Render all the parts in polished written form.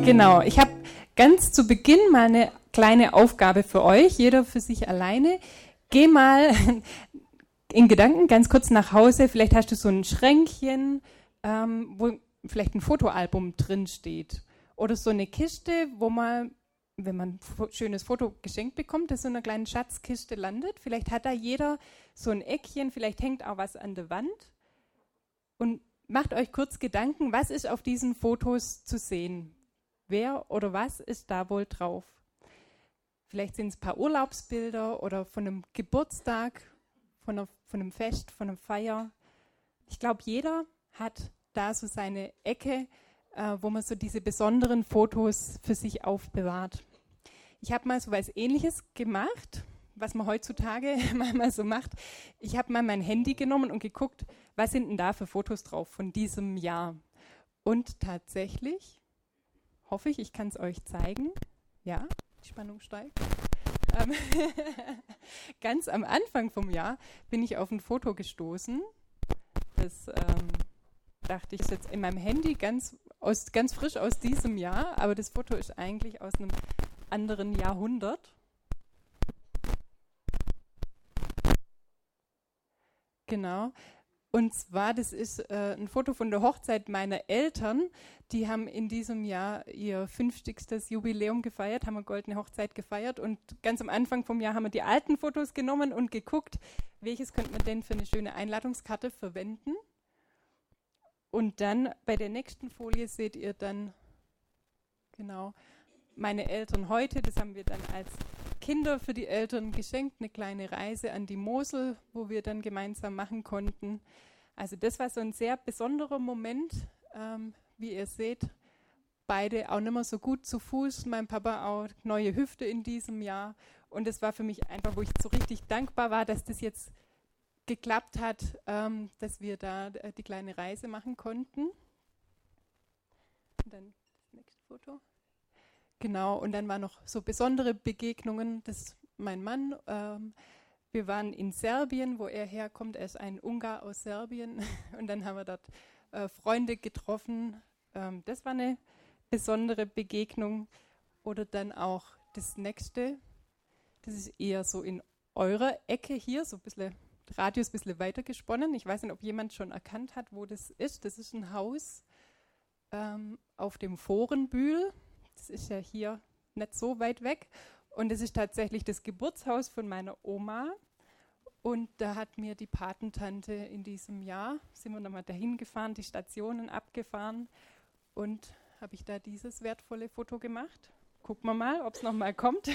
Genau, ich habe ganz zu Beginn mal eine kleine Aufgabe für euch, jeder für sich alleine. Geh mal in Gedanken ganz kurz nach Hause, vielleicht hast du so ein Schränkchen, wo vielleicht ein Fotoalbum drin steht. Oder so eine Kiste, wo mal, wenn man ein schönes Foto geschenkt bekommt, das in einer kleinen Schatzkiste landet. Vielleicht hat da jeder so ein Eckchen, vielleicht hängt auch was an der Wand. Und macht euch kurz Gedanken, was ist auf diesen Fotos zu sehen? Wer oder was ist da wohl drauf? Vielleicht sind es ein paar Urlaubsbilder oder von einem Geburtstag, von einem Fest, von einer Feier. Ich glaube, jeder hat da so seine Ecke, wo man so diese besonderen Fotos für sich aufbewahrt. Ich habe mal so was Ähnliches gemacht, was man heutzutage manchmal so macht. Ich habe mal mein Handy genommen und geguckt, was sind denn da für Fotos drauf von diesem Jahr. Und tatsächlich, hoffe ich kann es euch zeigen. Ja, die Spannung steigt. Ganz am Anfang vom Jahr bin ich auf ein Foto gestoßen. Das dachte ich, ist jetzt in meinem Handy ganz frisch aus diesem Jahr, aber das Foto ist eigentlich aus einem anderen Jahrhundert. Genau. Und zwar, das ist ein Foto von der Hochzeit meiner Eltern. Die haben in diesem Jahr ihr 50. Jubiläum gefeiert, haben eine goldene Hochzeit gefeiert. Und ganz am Anfang vom Jahr haben wir die alten Fotos genommen und geguckt, welches könnte man denn für eine schöne Einladungskarte verwenden. Und dann bei der nächsten Folie seht ihr dann, genau, meine Eltern heute. Das haben wir dann als Kinder für die Eltern geschenkt, eine kleine Reise an die Mosel, wo wir dann gemeinsam machen konnten. Also das war so ein sehr besonderer Moment, wie ihr seht, beide auch nicht mehr so gut zu Fuß, mein Papa auch neue Hüfte in diesem Jahr und es war für mich einfach, wo ich so richtig dankbar war, dass das jetzt geklappt hat, dass wir da die kleine Reise machen konnten. Und dann das nächste Foto. Genau, und dann waren noch so besondere Begegnungen, das ist mein Mann. Wir waren in Serbien, wo er herkommt, er ist ein Ungar aus Serbien und dann haben wir dort Freunde getroffen. Das war eine besondere Begegnung. Oder dann auch das nächste, das ist eher so in eurer Ecke hier, so ein bisschen Radius ein bisschen weiter gesponnen. Ich weiß nicht, ob jemand schon erkannt hat, wo das ist. Das ist ein Haus auf dem Vorenbühl. Das ist ja hier nicht so weit weg. Und es ist tatsächlich das Geburtshaus von meiner Oma. Und da hat mir die Patentante in diesem Jahr, sind wir nochmal dahin gefahren, die Stationen abgefahren. Und habe ich da dieses wertvolle Foto gemacht. Gucken wir mal, ob es nochmal kommt.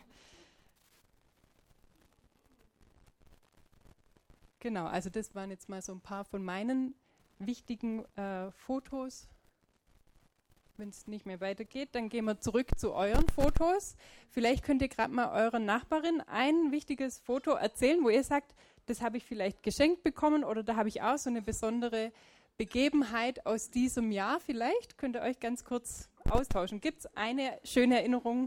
Genau, also das waren jetzt mal so ein paar von meinen wichtigen Fotos. Wenn es nicht mehr weitergeht, dann gehen wir zurück zu euren Fotos. Vielleicht könnt ihr gerade mal eurer Nachbarin ein wichtiges Foto erzählen, wo ihr sagt, das habe ich vielleicht geschenkt bekommen oder da habe ich auch so eine besondere Begebenheit aus diesem Jahr. Vielleicht könnt ihr euch ganz kurz austauschen. Gibt es eine schöne Erinnerung?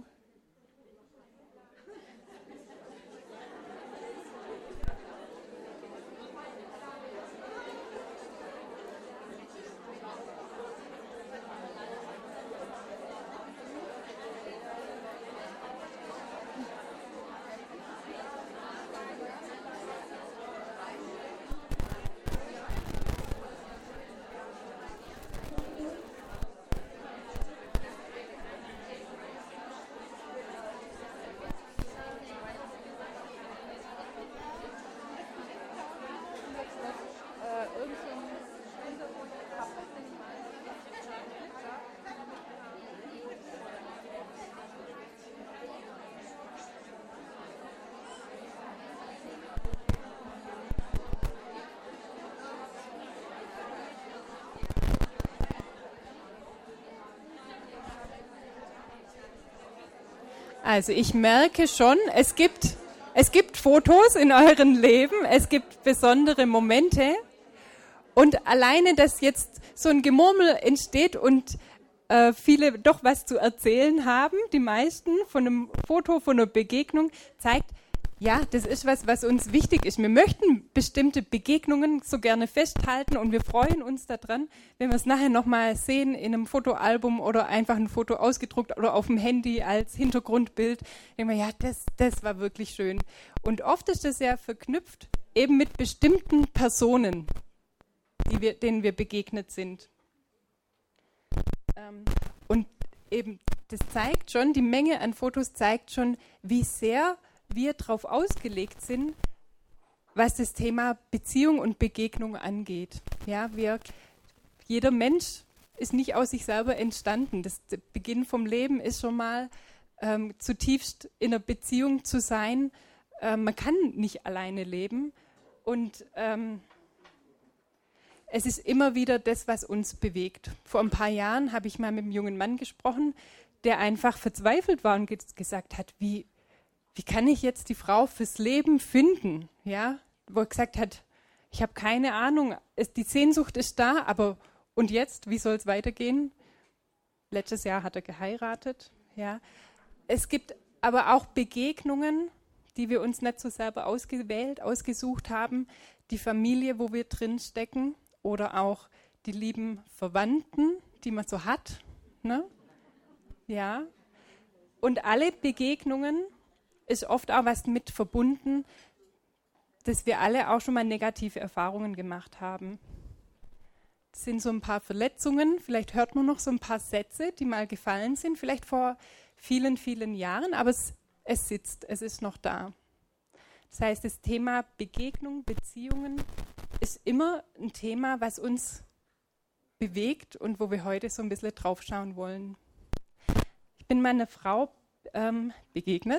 Also ich merke schon, es gibt Fotos in eurem Leben, es gibt besondere Momente und alleine, dass jetzt so ein Gemurmel entsteht und viele doch was zu erzählen haben, die meisten von einem Foto, von einer Begegnung, zeigt, Ja, das ist was uns wichtig ist. Wir möchten bestimmte Begegnungen so gerne festhalten und wir freuen uns daran, wenn wir es nachher nochmal sehen in einem Fotoalbum oder einfach ein Foto ausgedruckt oder auf dem Handy als Hintergrundbild. Denken wir, ja, das war wirklich schön. Und oft ist das ja verknüpft eben mit bestimmten Personen, denen wir begegnet sind. Und eben, das zeigt schon, die Menge an Fotos zeigt schon, wie sehr wir darauf ausgelegt sind, was das Thema Beziehung und Begegnung angeht. Ja, jeder Mensch ist nicht aus sich selber entstanden. Der Beginn vom Leben ist schon mal zutiefst in einer Beziehung zu sein. Man kann nicht alleine leben und es ist immer wieder das, was uns bewegt. Vor ein paar Jahren habe ich mal mit einem jungen Mann gesprochen, der einfach verzweifelt war und gesagt hat, wie kann ich jetzt die Frau fürs Leben finden? Ja, wo er gesagt hat, ich habe keine Ahnung, die Sehnsucht ist da, aber und jetzt, wie soll es weitergehen? Letztes Jahr hat er geheiratet. Ja. Es gibt aber auch Begegnungen, die wir uns nicht so selber ausgesucht haben, die Familie, wo wir drin stecken oder auch die lieben Verwandten, die man so hat. Ne? Ja. Und alle Begegnungen ist oft auch was mit verbunden, dass wir alle auch schon mal negative Erfahrungen gemacht haben. Das sind so ein paar Verletzungen, vielleicht hört man noch so ein paar Sätze, die mal gefallen sind, vielleicht vor vielen, vielen Jahren, aber es sitzt, es ist noch da. Das heißt, das Thema Begegnung, Beziehungen ist immer ein Thema, was uns bewegt und wo wir heute so ein bisschen drauf schauen wollen. Ich bin meiner Frau begegnet.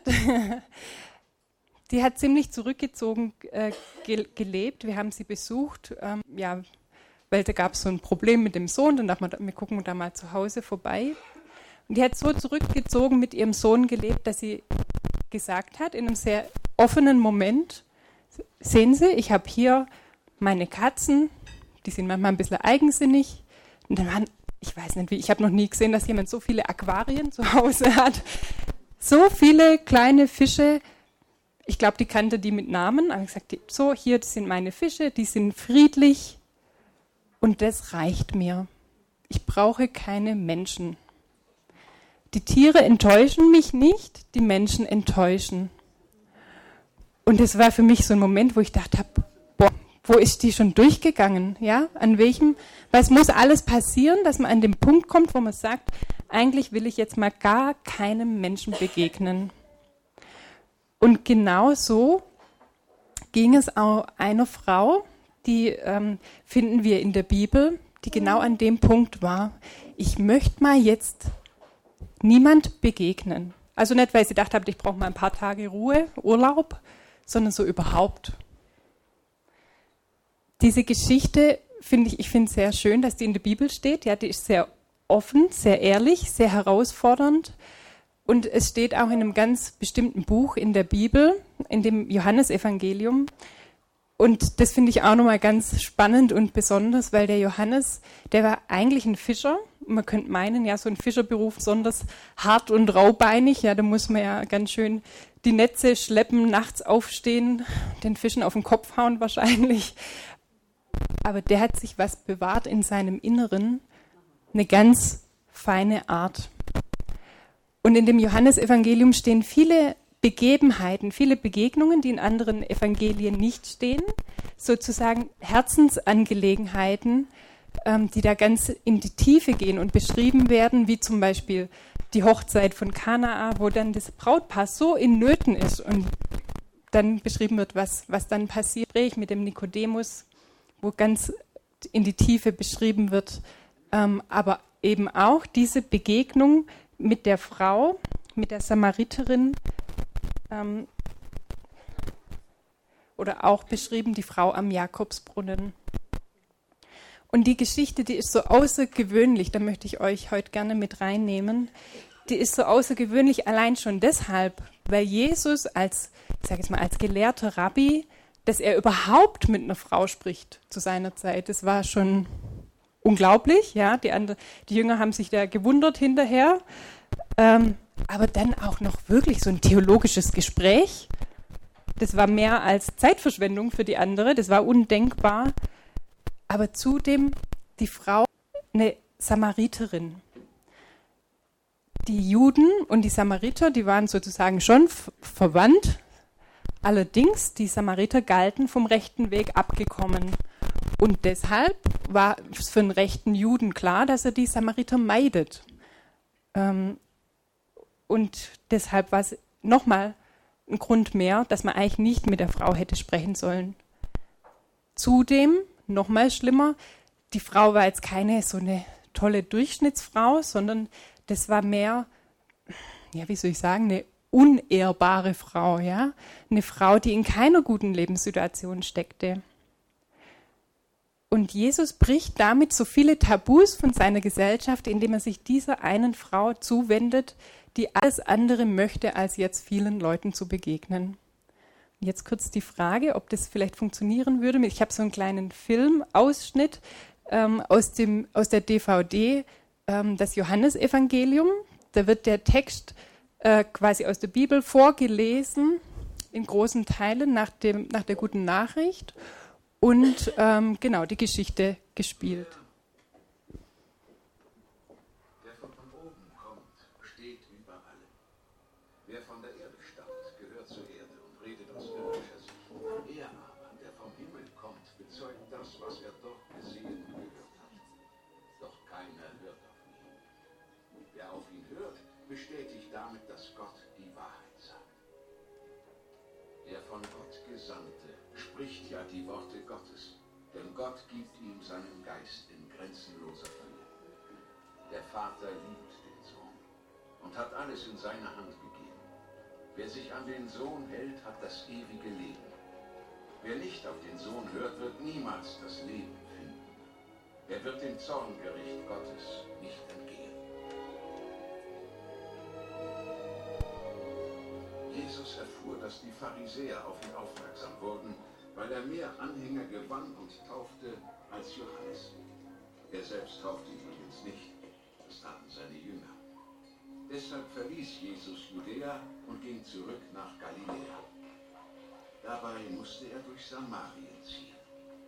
Die hat ziemlich zurückgezogen gelebt. Wir haben sie besucht, weil da gab es so ein Problem mit dem Sohn. Dann dachten wir gucken da mal zu Hause vorbei. Und die hat so zurückgezogen mit ihrem Sohn gelebt, dass sie gesagt hat, in einem sehr offenen Moment, sehen Sie, ich habe hier meine Katzen, die sind manchmal ein bisschen eigensinnig. Und dann waren, ich weiß nicht wie, ich habe noch nie gesehen, dass jemand so viele Aquarien zu Hause hat. So viele kleine Fische, ich glaube, die kannte die mit Namen, aber ich sagte, so, hier, das sind meine Fische, die sind friedlich und das reicht mir. Ich brauche keine Menschen. Die Tiere enttäuschen mich nicht, die Menschen enttäuschen. Und das war für mich so ein Moment, wo ich dachte, boah, wo ist die schon durchgegangen? Ja? Was muss alles passieren, dass man an den Punkt kommt, wo man sagt, eigentlich will ich jetzt mal gar keinem Menschen begegnen. Und genau so ging es auch einer Frau, die finden wir in der Bibel, die genau an dem Punkt war, ich möchte mal jetzt niemand begegnen. Also nicht, weil sie gedacht hat, ich brauche mal ein paar Tage Ruhe, Urlaub, sondern so überhaupt. Diese Geschichte finde ich sehr schön, dass die in der Bibel steht. Ja, die ist sehr offen, sehr ehrlich, sehr herausfordernd. Und es steht auch in einem ganz bestimmten Buch in der Bibel, in dem Johannesevangelium. Und das finde ich auch nochmal ganz spannend und besonders, weil der Johannes, der war eigentlich ein Fischer. Man könnte meinen, ja, so ein Fischerberuf besonders hart und raubeinig. Ja, da muss man ja ganz schön die Netze schleppen, nachts aufstehen, den Fischen auf den Kopf hauen wahrscheinlich. Aber der hat sich was bewahrt in seinem Inneren, eine ganz feine Art. Und in dem Johannesevangelium stehen viele Begebenheiten, viele Begegnungen, die in anderen Evangelien nicht stehen, sozusagen Herzensangelegenheiten, die da ganz in die Tiefe gehen und beschrieben werden, wie zum Beispiel die Hochzeit von Kanaa, wo dann das Brautpaar so in Nöten ist und dann beschrieben wird, was dann passiert. Gespräch mit dem Nikodemus, wo ganz in die Tiefe beschrieben wird, aber eben auch diese Begegnung mit der Frau, mit der Samariterin, oder auch beschrieben die Frau am Jakobsbrunnen. Und die Geschichte, die ist so außergewöhnlich, da möchte ich euch heute gerne mit reinnehmen, die ist so außergewöhnlich allein schon deshalb, weil Jesus als gelehrter Rabbi, dass er überhaupt mit einer Frau spricht zu seiner Zeit, das war schon unglaublich. Ja, die Jünger haben sich da gewundert hinterher. Aber dann auch noch wirklich so ein theologisches Gespräch. Das war mehr als Zeitverschwendung für die andere, das war undenkbar. Aber zudem die Frau, eine Samariterin. Die Juden und die Samariter, die waren sozusagen schon verwandt. Allerdings, die Samariter galten vom rechten Weg abgekommen. Und deshalb war es für einen rechten Juden klar, dass er die Samariter meidet. Und deshalb war es nochmal ein Grund mehr, dass man eigentlich nicht mit der Frau hätte sprechen sollen. Zudem, nochmal schlimmer, die Frau war jetzt keine so eine tolle Durchschnittsfrau, sondern das war mehr, ja, wie soll ich sagen, eine unehrbare Frau, ja, eine Frau, die in keiner guten Lebenssituation steckte. Und Jesus bricht damit so viele Tabus von seiner Gesellschaft, indem er sich dieser einen Frau zuwendet, die alles andere möchte, als jetzt vielen Leuten zu begegnen. Jetzt kurz die Frage, ob das vielleicht funktionieren würde. Ich habe so einen kleinen Filmausschnitt aus der DVD, das Johannesevangelium. Da wird der Text quasi aus der Bibel vorgelesen, in großen Teilen nach der guten Nachricht und genau die Geschichte gespielt. Der von oben kommt, steht über allem. Wer von der Erde stammt, gehört zur Erde und redet aus irdischer Sicht. Er aber, der vom Himmel kommt, bezeugt das, was er dort gesehen und gehört hat. Doch keiner hört auf ihn. Wer auf ihn hört, bestätigt damit, dass Gott die Wahrheit sagt. Der von Gott Gesandte spricht ja die Worte Gottes, denn Gott gibt ihm seinen Geist in grenzenloser Fülle. Der Vater liebt den Sohn und hat alles in seine Hand gegeben. Wer sich an den Sohn hält, hat das ewige Leben. Wer nicht auf den Sohn hört, wird niemals das Leben finden. Er wird dem Zorngericht Gottes nicht entgehen. Jesus erfuhr, dass die Pharisäer auf ihn aufmerksam wurden, weil er mehr Anhänger gewann und taufte als Johannes. Er selbst taufte übrigens nicht, das taten seine Jünger. Deshalb verließ Jesus Judäa und ging zurück nach Galiläa. Dabei musste er durch Samarien ziehen.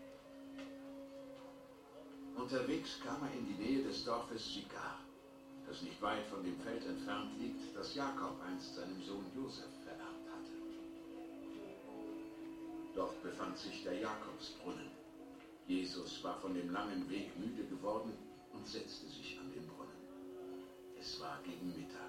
Unterwegs kam er in die Nähe des Dorfes Sychar, das nicht weit von dem Feld entfernt liegt, das Jakob einst seinem Sohn Josef vererbt hatte. Dort befand sich der Jakobsbrunnen. Jesus war von dem langen Weg müde geworden und setzte sich an den Brunnen. Es war gegen Mittag.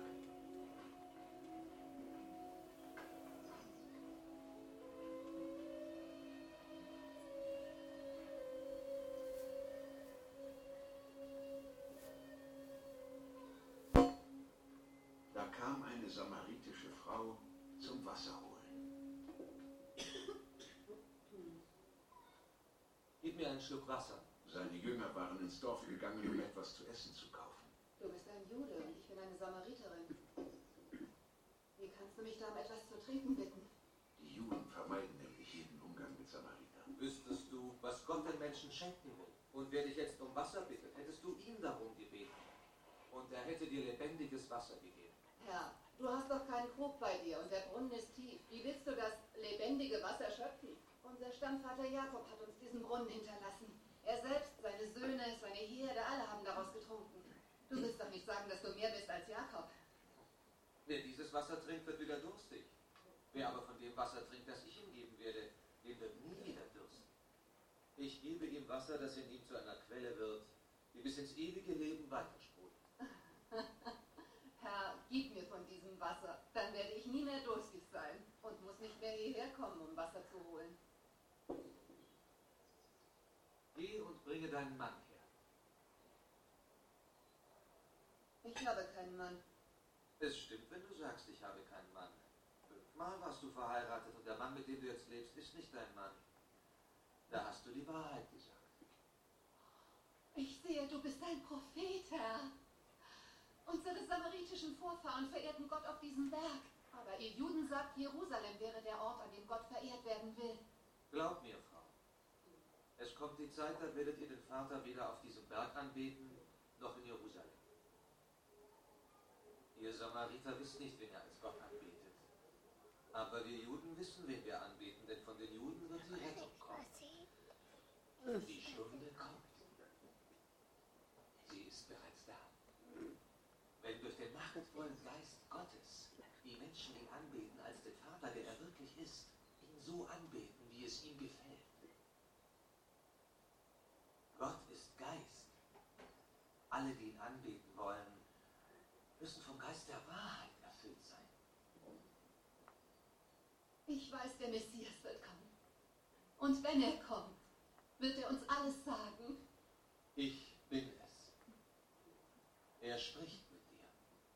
Da kam eine samaritische Frau zum Wasser holen. Gib mir einen Schluck Wasser. Seine Jünger waren ins Dorf gegangen, um etwas zu essen zu kaufen. Du bist ein Jude und ich bin eine Samariterin. Wie kannst du mich da um etwas zu trinken bitten? Die Juden vermeiden nämlich jeden Umgang mit Samaritern. Wüsstest du, was Gott den Menschen schenken will, und wer dich jetzt um Wasser bittet, hättest du ihn darum gebeten. Und er hätte dir lebendiges Wasser gegeben. Herr, du hast doch keinen Krug bei dir und der Brunnen ist tief. Wie willst du das lebendige Wasser schöpfen? Unser Stammvater Jakob hat uns diesen Brunnen hinterlassen. Er selbst, seine Söhne, seine Herde, alle haben daraus getrunken. Du willst doch nicht sagen, dass du mehr bist als Jakob. Wer dieses Wasser trinkt, wird wieder durstig. Wer aber von dem Wasser trinkt, das ich ihm geben werde, dem wird nie wieder dürsten. Ich gebe ihm Wasser, das in ihm zu einer Quelle wird, die bis ins ewige Leben weitersprudelt. Herr, gib mir von diesem Wasser, dann werde ich nie mehr durstig sein und muss nicht mehr hierher kommen, um Wasser zu holen. Geh und bringe deinen Mann her. Ich habe keinen Mann. Es stimmt, wenn du sagst, ich habe keinen Mann. 5-mal warst du verheiratet und der Mann, mit dem du jetzt lebst, ist nicht dein Mann. Da hast du die Wahrheit gesagt. Ich sehe, du bist ein Prophet, Herr. Unsere samaritischen Vorfahren verehrten Gott auf diesem Berg. Aber ihr Juden sagt, Jerusalem wäre der Ort, an dem Gott verehrt werden will. Glaub mir, Frau. Es kommt die Zeit, da werdet ihr den Vater weder auf diesem Berg anbeten, noch in Jerusalem. Ihr Samariter wisst nicht, wen ihr als Gott anbetet. Aber wir Juden wissen, wen wir anbeten, denn von den Juden wird die Rettung kommen. Die Stunde kommt. Sie ist bereits da. Wenn durch den machtvollen Geist Gottes die Menschen ihn anbeten als den Vater, der er wirklich ist, ihn so anbeten, wie es ihm gefällt. Gott ist Geist. Alle, die ihn anbeten wollen, müssen vom Geist der Wahrheit erfüllt sein. Ich weiß, der Messias wird kommen. Und wenn er kommt, wird er uns alles sagen. Ich bin es. Er spricht mit dir.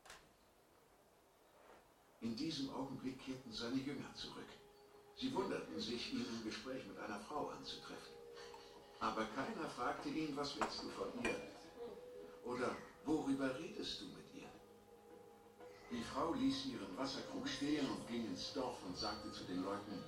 In diesem Augenblick kehrten seine Jünger zurück. Sie wunderten sich, ihn im Gespräch mit einer Frau anzutreffen. Aber keiner fragte ihn, was willst du von ihr? Oder worüber redest du mit ihr? Die Frau ließ ihren Wasserkrug stehen und ging ins Dorf und sagte zu den Leuten: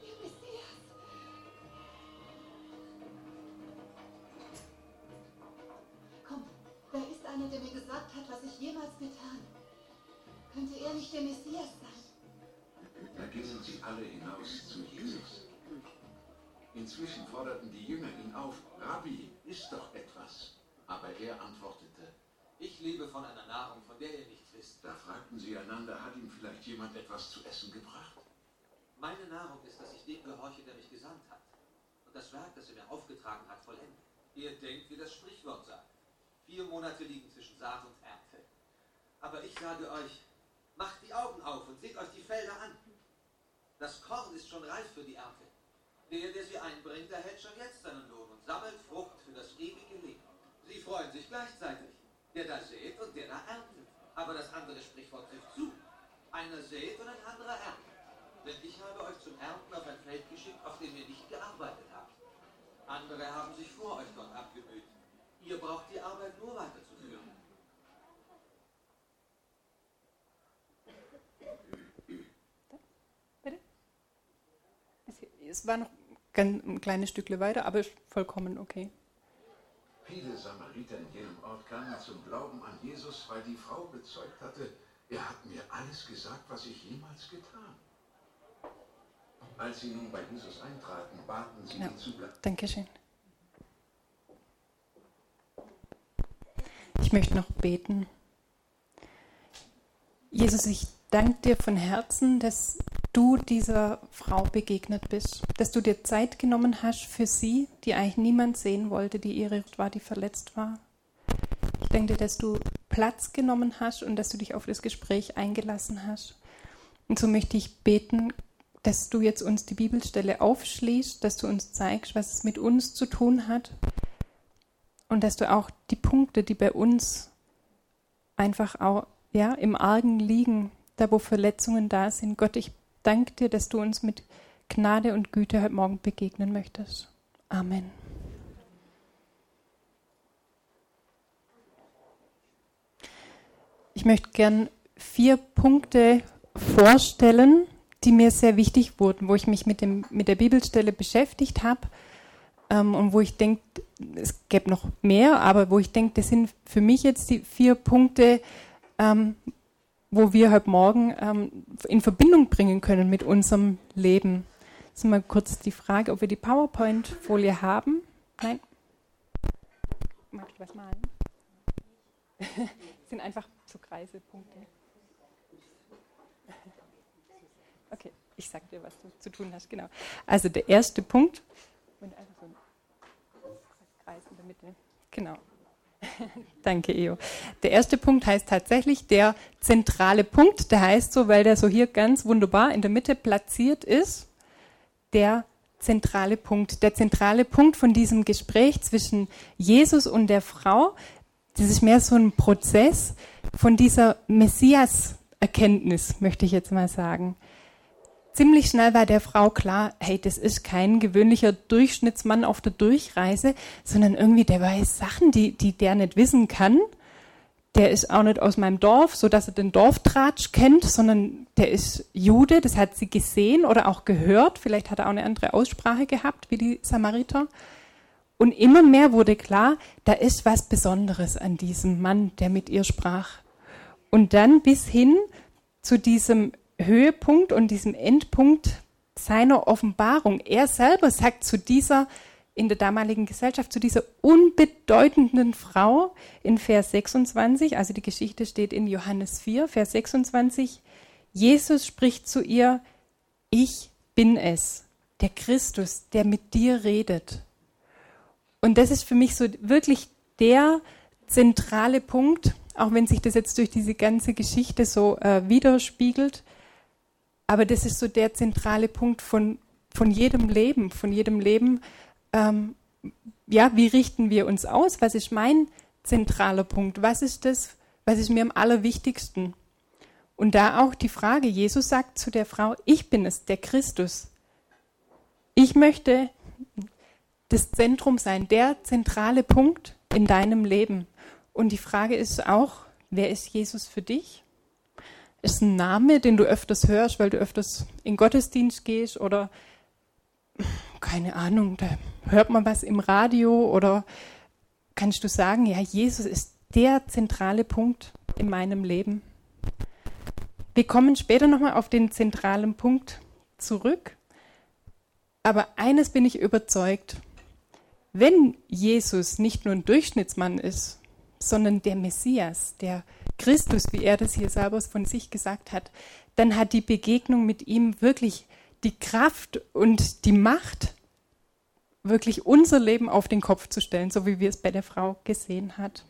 Komm, da ist einer, der mir gesagt hat, was ich jemals getan. Könnte er nicht der Messias sein? Da gingen sie alle hinaus zu Jesus. Inzwischen forderten die Jünger ihn auf: Rabbi, iss doch etwas. Aber er antwortete: Ich lebe von einer Nahrung, von der ihr nichts wisst. Da fragten sie einander: Hat ihm vielleicht jemand etwas zu essen gebracht? Meine Nahrung ist, dass ich dem gehorche, der mich gesandt hat. Und das Werk, das er mir aufgetragen hat, vollende. Ihr denkt, wie das Sprichwort sagt: 4 Monate liegen zwischen Saat und Ernte. Aber ich sage euch, macht die Augen auf und seht euch die Felder an. Das Korn ist schon reif für die Ernte. Der sie einbringt, erhält schon jetzt seinen Lohn und sammelt Frucht für das ewige Leben. Sie freuen sich gleichzeitig. Der da sät und der da erntet. Aber das andere Sprichwort trifft zu. Einer sät und ein anderer erntet. Denn ich habe euch zum Ernten auf ein Feld geschickt, auf dem ihr nicht gearbeitet habt. Andere haben sich vor euch dort abgemüht. Ihr braucht die Arbeit nur weiterzuführen. Bitte? Es war noch ein kleines Stückchen weiter, aber ist vollkommen okay. Viele Samariter in jenem Ort kamen zum Glauben an Jesus, weil die Frau bezeugt hatte: Er hat mir alles gesagt, was ich jemals getan. Als sie nun bei Jesus eintraten, baten sie ihn zu bleiben. Dankeschön. Ich möchte noch beten. Jesus, ich danke dir von Herzen, dass du dieser Frau begegnet bist, dass du dir Zeit genommen hast für sie, die eigentlich niemand sehen wollte, die irritiert war, die verletzt war. Ich danke dir, dass du Platz genommen hast und dass du dich auf das Gespräch eingelassen hast. Und so möchte ich beten, dass du jetzt uns die Bibelstelle aufschließt, dass du uns zeigst, was es mit uns zu tun hat und dass du auch die Punkte, die bei uns einfach auch im Argen liegen, da wo Verletzungen da sind. Gott, ich danke dir, dass du uns mit Gnade und Güte heute Morgen begegnen möchtest. Amen. Ich möchte gern 4 Punkte vorstellen, die mir sehr wichtig wurden, wo ich mich mit der Bibelstelle beschäftigt habe und wo ich denke, es gäbe noch mehr, aber wo ich denke, das sind für mich jetzt die 4 Punkte, wo wir heute Morgen in Verbindung bringen können mit unserem Leben. Jetzt mal kurz die Frage, ob wir die PowerPoint-Folie haben. Nein? Mag ich was malen? Das sind einfach so Kreisepunkte. Okay, ich sag dir, was du zu tun hast. Genau. Also der erste Punkt. Und einfach so ein Kreis in der Mitte. Genau. Danke, Eo. Der erste Punkt heißt tatsächlich der zentrale Punkt. Der heißt so, weil der so hier ganz wunderbar in der Mitte platziert ist. Der zentrale Punkt. Der zentrale Punkt von diesem Gespräch zwischen Jesus und der Frau, das ist mehr so ein Prozess von dieser Messias-Erkenntnis, möchte ich jetzt mal sagen. Ziemlich schnell war der Frau klar, hey, das ist kein gewöhnlicher Durchschnittsmann auf der Durchreise, sondern irgendwie, der weiß Sachen, die der nicht wissen kann. Der ist auch nicht aus meinem Dorf, so dass er den Dorftratsch kennt, sondern der ist Jude, das hat sie gesehen oder auch gehört. Vielleicht hat er auch eine andere Aussprache gehabt, wie die Samariter. Und immer mehr wurde klar, da ist was Besonderes an diesem Mann, der mit ihr sprach. Und dann bis hin zu diesem Höhepunkt und diesem Endpunkt seiner Offenbarung. Er selber sagt zu dieser, in der damaligen Gesellschaft, zu dieser unbedeutenden Frau in Vers 26, also die Geschichte steht in Johannes 4, Vers 26, Jesus spricht zu ihr, ich bin es, der Christus, der mit dir redet. Und das ist für mich so wirklich der zentrale Punkt, auch wenn sich das jetzt durch diese ganze Geschichte so widerspiegelt, aber das ist so der zentrale Punkt von jedem Leben, wie richten wir uns aus? Was ist mein zentraler Punkt? Was ist das, was ist mir am allerwichtigsten? Und da auch die Frage, Jesus sagt zu der Frau, ich bin es, der Christus. Ich möchte das Zentrum sein, der zentrale Punkt in deinem Leben. Und die Frage ist auch, wer ist Jesus für dich? Ist ein Name, den du öfters hörst, weil du öfters in Gottesdienst gehst oder keine Ahnung, da hört man was im Radio oder kannst du sagen, ja, Jesus ist der zentrale Punkt in meinem Leben. Wir kommen später nochmal auf den zentralen Punkt zurück, aber eines bin ich überzeugt, wenn Jesus nicht nur ein Durchschnittsmann ist, sondern der Messias, der Christus, wie er das hier selber von sich gesagt hat, dann hat die Begegnung mit ihm wirklich die Kraft und die Macht, wirklich unser Leben auf den Kopf zu stellen, so wie wir es bei der Frau gesehen hat.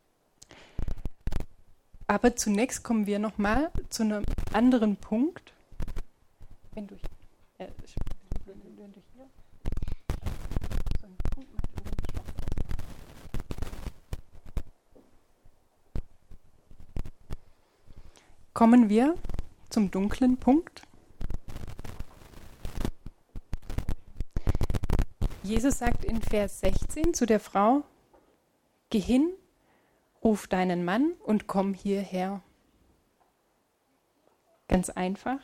Aber zunächst kommen wir nochmal zu einem anderen Punkt. Wenn du hier so einen Punkt machst, und dann schwarz kommen wir zum dunklen Punkt. Jesus sagt in Vers 16 zu der Frau, geh hin, ruf deinen Mann und komm hierher. Ganz einfach.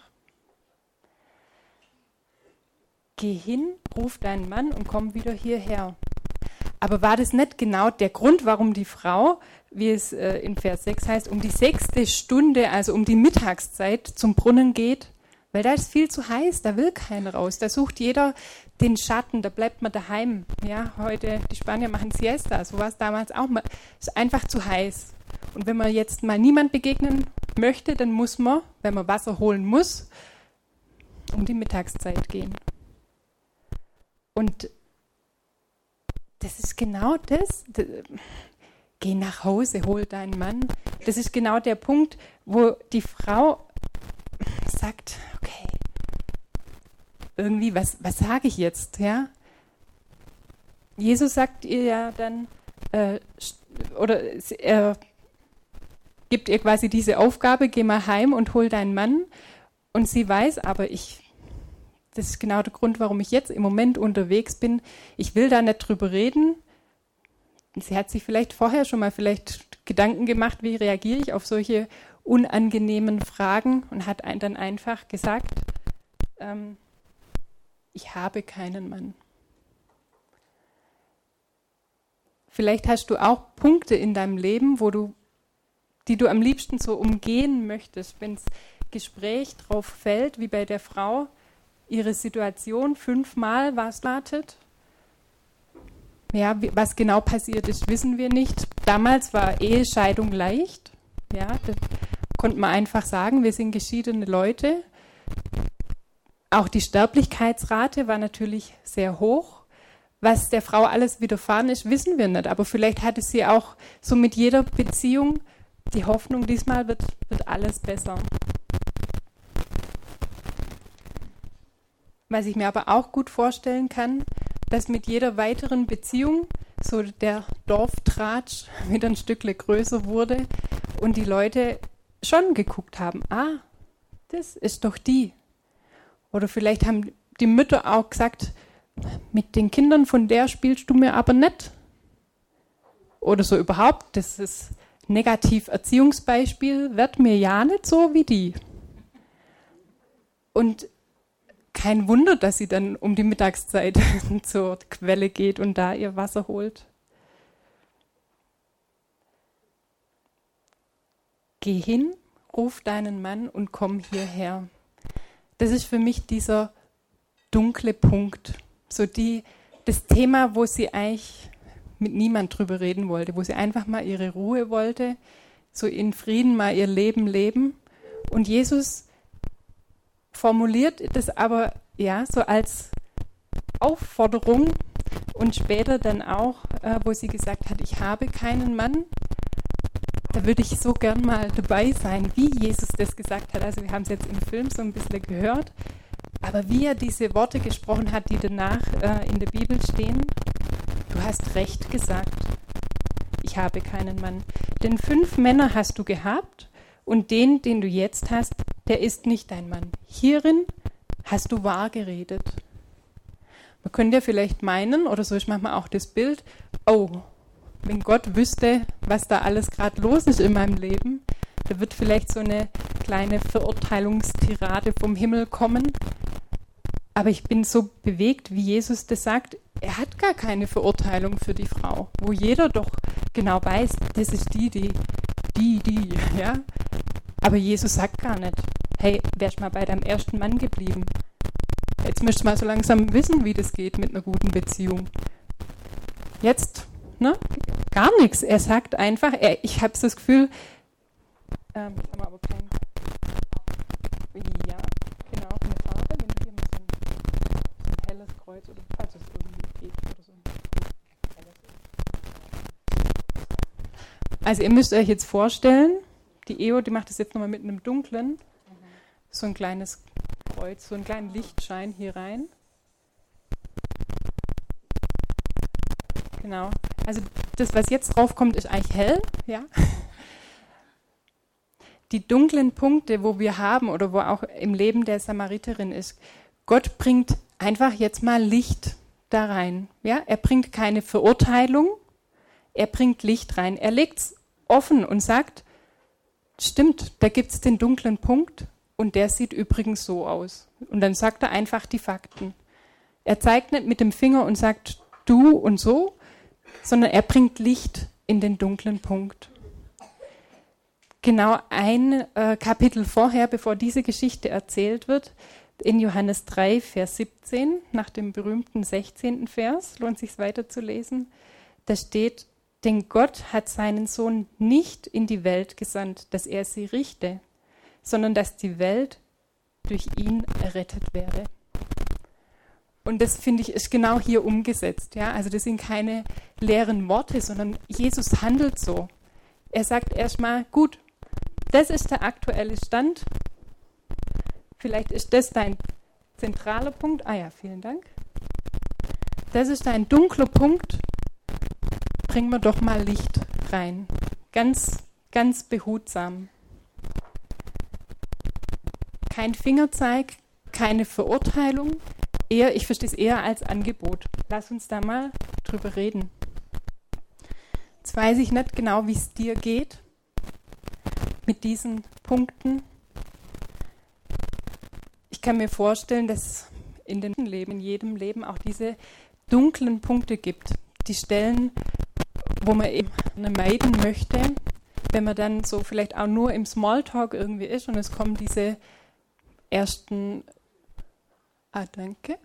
Geh hin, ruf deinen Mann und komm wieder hierher. Aber war das nicht genau der Grund, warum die Frau, wie es in Vers 6 heißt, um die 6. Stunde, also um die Mittagszeit zum Brunnen geht? Weil da ist viel zu heiß, da will keiner raus. Da sucht jeder den Schatten, da bleibt man daheim. Ja, heute, die Spanier machen Siesta, so war es damals auch. Es ist einfach zu heiß. Und wenn man jetzt mal niemand begegnen möchte, dann muss man, wenn man Wasser holen muss, um die Mittagszeit gehen. Und das ist genau das. Geh nach Hause, hol deinen Mann. Das ist genau der Punkt, wo die Frau sagt, okay, irgendwie, was sage ich jetzt? Ja? Jesus sagt ihr ja dann, er gibt ihr quasi diese Aufgabe, geh mal heim und hol deinen Mann. Und sie weiß aber, das ist genau der Grund, warum ich jetzt im Moment unterwegs bin. Ich will da nicht drüber reden. Sie hat sich vielleicht vorher schon mal Gedanken gemacht, wie reagiere ich auf solche unangenehmen Fragen und hat dann einfach gesagt, ich habe keinen Mann. Vielleicht hast du auch Punkte in deinem Leben, die du am liebsten so umgehen möchtest, wenn das Gespräch drauf fällt, wie bei der Frau, ihre Situation 5-mal wartet. Ja, was genau passiert ist, wissen wir nicht. Damals war Ehescheidung leicht. Ja, da konnte man einfach sagen, wir sind geschiedene Leute. Auch die Sterblichkeitsrate war natürlich sehr hoch. Was der Frau alles widerfahren ist, wissen wir nicht. Aber vielleicht hatte sie auch so mit jeder Beziehung die Hoffnung, diesmal wird alles besser. Was ich mir aber auch gut vorstellen kann, dass mit jeder weiteren Beziehung so der Dorftratsch wieder ein Stückchen größer wurde und die Leute schon geguckt haben, das ist doch die. Oder vielleicht haben die Mütter auch gesagt, mit den Kindern von der spielst du mir aber nicht. Oder so überhaupt, das ist Negativ-Erziehungsbeispiel, wird mir ja nicht so wie die. Und kein Wunder, dass sie dann um die Mittagszeit zur Quelle geht und da ihr Wasser holt. Geh hin, ruf deinen Mann und komm hierher. Das ist für mich dieser dunkle Punkt, so das Thema, wo sie eigentlich mit niemand drüber reden wollte, wo sie einfach mal ihre Ruhe wollte, so in Frieden mal ihr Leben leben. Und Jesus formuliert das aber ja so als Aufforderung und später dann auch, wo sie gesagt hat, ich habe keinen Mann. Da würde ich so gern mal dabei sein, wie Jesus das gesagt hat. Also wir haben es jetzt im Film so ein bisschen gehört, aber wie er diese Worte gesprochen hat, die danach in der Bibel stehen. Du hast recht gesagt, ich habe keinen Mann. Denn 5 Männer hast du gehabt und den du jetzt hast, der ist nicht dein Mann. Hierin hast du wahr geredet. Man könnte ja vielleicht meinen, oder so ist manchmal auch das Bild, oh, wenn Gott wüsste, was da alles gerade los ist in meinem Leben, da wird vielleicht so eine kleine Verurteilungstirade vom Himmel kommen. Aber ich bin so bewegt, wie Jesus das sagt, er hat gar keine Verurteilung für die Frau, wo jeder doch genau weiß, das ist die, ja. Aber Jesus sagt gar nicht, hey, wärst mal bei deinem ersten Mann geblieben. Jetzt müsst ihr mal so langsam wissen, wie das geht mit einer guten Beziehung. Jetzt, ne? Gar nichts. Er sagt einfach, ich habe das Gefühl, jetzt haben wir aber kein, ja, genau, eine Farbe, wenn du hier mal so ein helles Kreuz oder falls es irgendwie geht oder so. Also ihr müsst euch jetzt vorstellen, die Eo, die macht das jetzt nochmal mit einem dunklen, so ein kleines Kreuz, so einen kleinen Lichtschein hier rein. Genau. Also das, was jetzt drauf kommt, ist eigentlich hell, ja. Die dunklen Punkte, wo wir haben oder wo auch im Leben der Samariterin ist, Gott bringt einfach jetzt mal Licht da rein. Ja? Er bringt keine Verurteilung, er bringt Licht rein. Er legt es offen und sagt, stimmt, da gibt es den dunklen Punkt und der sieht übrigens so aus. Und dann sagt er einfach die Fakten. Er zeigt nicht mit dem Finger und sagt du und so, sondern er bringt Licht in den dunklen Punkt. Genau ein Kapitel vorher, bevor diese Geschichte erzählt wird, in Johannes 3, Vers 17, nach dem berühmten 16. Vers, lohnt sich weiterzulesen, da steht, denn Gott hat seinen Sohn nicht in die Welt gesandt, dass er sie richte, sondern dass die Welt durch ihn errettet werde. Und das, finde ich, ist genau hier umgesetzt. Ja? Also das sind keine leeren Worte, sondern Jesus handelt so. Er sagt erstmal, gut, das ist der aktuelle Stand. Vielleicht ist das dein zentraler Punkt. Ah ja, vielen Dank. Das ist dein dunkler Punkt. Bringen wir doch mal Licht rein. Ganz, ganz behutsam. Kein Fingerzeig, keine Verurteilung. Ich verstehe es eher als Angebot. Lass uns da mal drüber reden. Jetzt weiß ich nicht genau, wie es dir geht mit diesen Punkten. Ich kann mir vorstellen, dass in jedem Leben auch diese dunklen Punkte gibt. Die Stellen, wo man eben meiden möchte, wenn man dann so vielleicht auch nur im Smalltalk irgendwie ist und es kommen diese ersten danke.